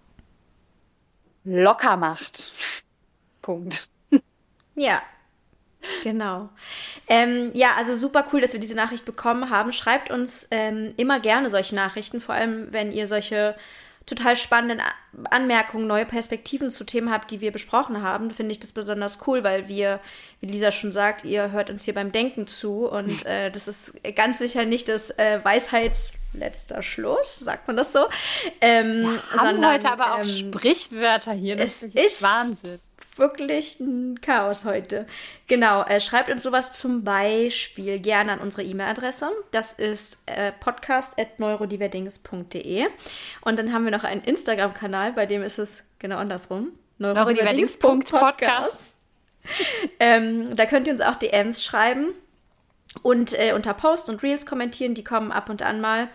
locker macht. Punkt.
Ja, genau. Ähm, ja, also super cool, dass wir diese Nachricht bekommen haben. Schreibt uns ähm, immer gerne solche Nachrichten, vor allem, wenn ihr solche total spannenden Anmerkungen, neue Perspektiven zu Themen habt, die wir besprochen haben, finde ich das besonders cool, weil wir, wie Lisa schon sagt, ihr hört uns hier beim Denken zu und äh, das ist ganz sicher nicht das äh, Weisheitsletzter Schluss, sagt man das so? Ähm,
wir haben
sondern,
heute aber auch
ähm,
Sprichwörter hier, das ist, ist Wahnsinn.
Wirklich ein Chaos heute. Genau, äh, schreibt uns sowas zum Beispiel gerne an unsere E-Mail-Adresse. Das ist äh, podcast at neurodiverdings punkt de. Und dann haben wir noch einen Instagram-Kanal, bei dem ist es genau andersrum. neurodiverdings punkt podcast. ähm, da könnt ihr uns auch D Ms schreiben und äh, unter Posts und Reels kommentieren. Die kommen ab und an mal.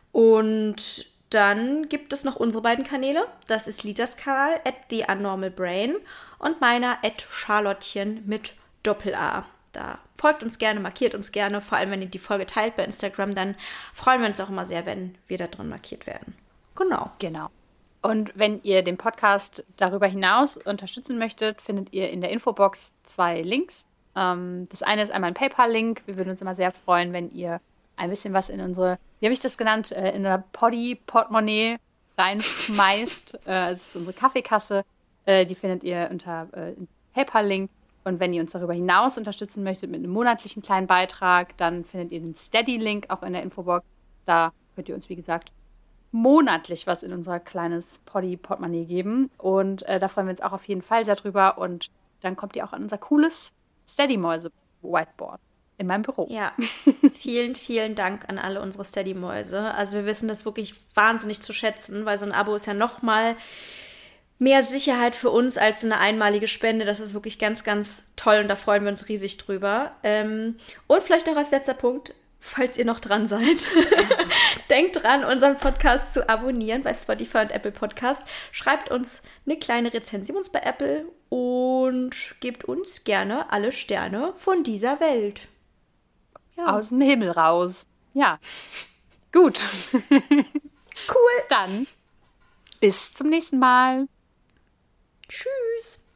Und dann gibt es noch unsere beiden Kanäle. Das ist Lisas Kanal, at the unnormal brain, und meiner, at Charlottchen mit Doppel-A. Da folgt uns gerne, markiert uns gerne. Vor allem, wenn ihr die Folge teilt bei Instagram, dann freuen wir uns auch immer sehr, wenn wir da drin markiert werden. Genau.
Genau. Und wenn ihr den Podcast darüber hinaus unterstützen möchtet, findet ihr in der Infobox zwei Links. Ähm, das eine ist einmal ein PayPal-Link. Wir würden uns immer sehr freuen, wenn ihr ein bisschen was in unsere, wie habe ich das genannt, äh, in der Poddy-Portemonnaie reinschmeißt. äh, das ist unsere Kaffeekasse. Äh, die findet ihr unter äh, PayPal-Link. Und wenn ihr uns darüber hinaus unterstützen möchtet mit einem monatlichen kleinen Beitrag, dann findet ihr den Steady-Link auch in der Infobox. Da könnt ihr uns, wie gesagt, monatlich was in unser kleines Poddy-Portemonnaie geben. Und äh, da freuen wir uns auch auf jeden Fall sehr drüber. Und dann kommt ihr auch an unser cooles Steady-Mäuse-Whiteboard in meinem Büro.
Ja, vielen, vielen Dank an alle unsere Steady-Mäuse. Also wir wissen das wirklich wahnsinnig zu schätzen, weil so ein Abo ist ja noch mal mehr Sicherheit für uns als eine einmalige Spende. Das ist wirklich ganz, ganz toll und da freuen wir uns riesig drüber. Ähm, und vielleicht noch als letzter Punkt, falls ihr noch dran seid, denkt dran, unseren Podcast zu abonnieren bei Spotify und Apple Podcast. Schreibt uns eine kleine Rezension bei Apple und gebt uns gerne alle Sterne von dieser Welt.
Ja. Aus dem Himmel raus. Ja, gut.
Cool.
Dann bis zum nächsten Mal.
Tschüss.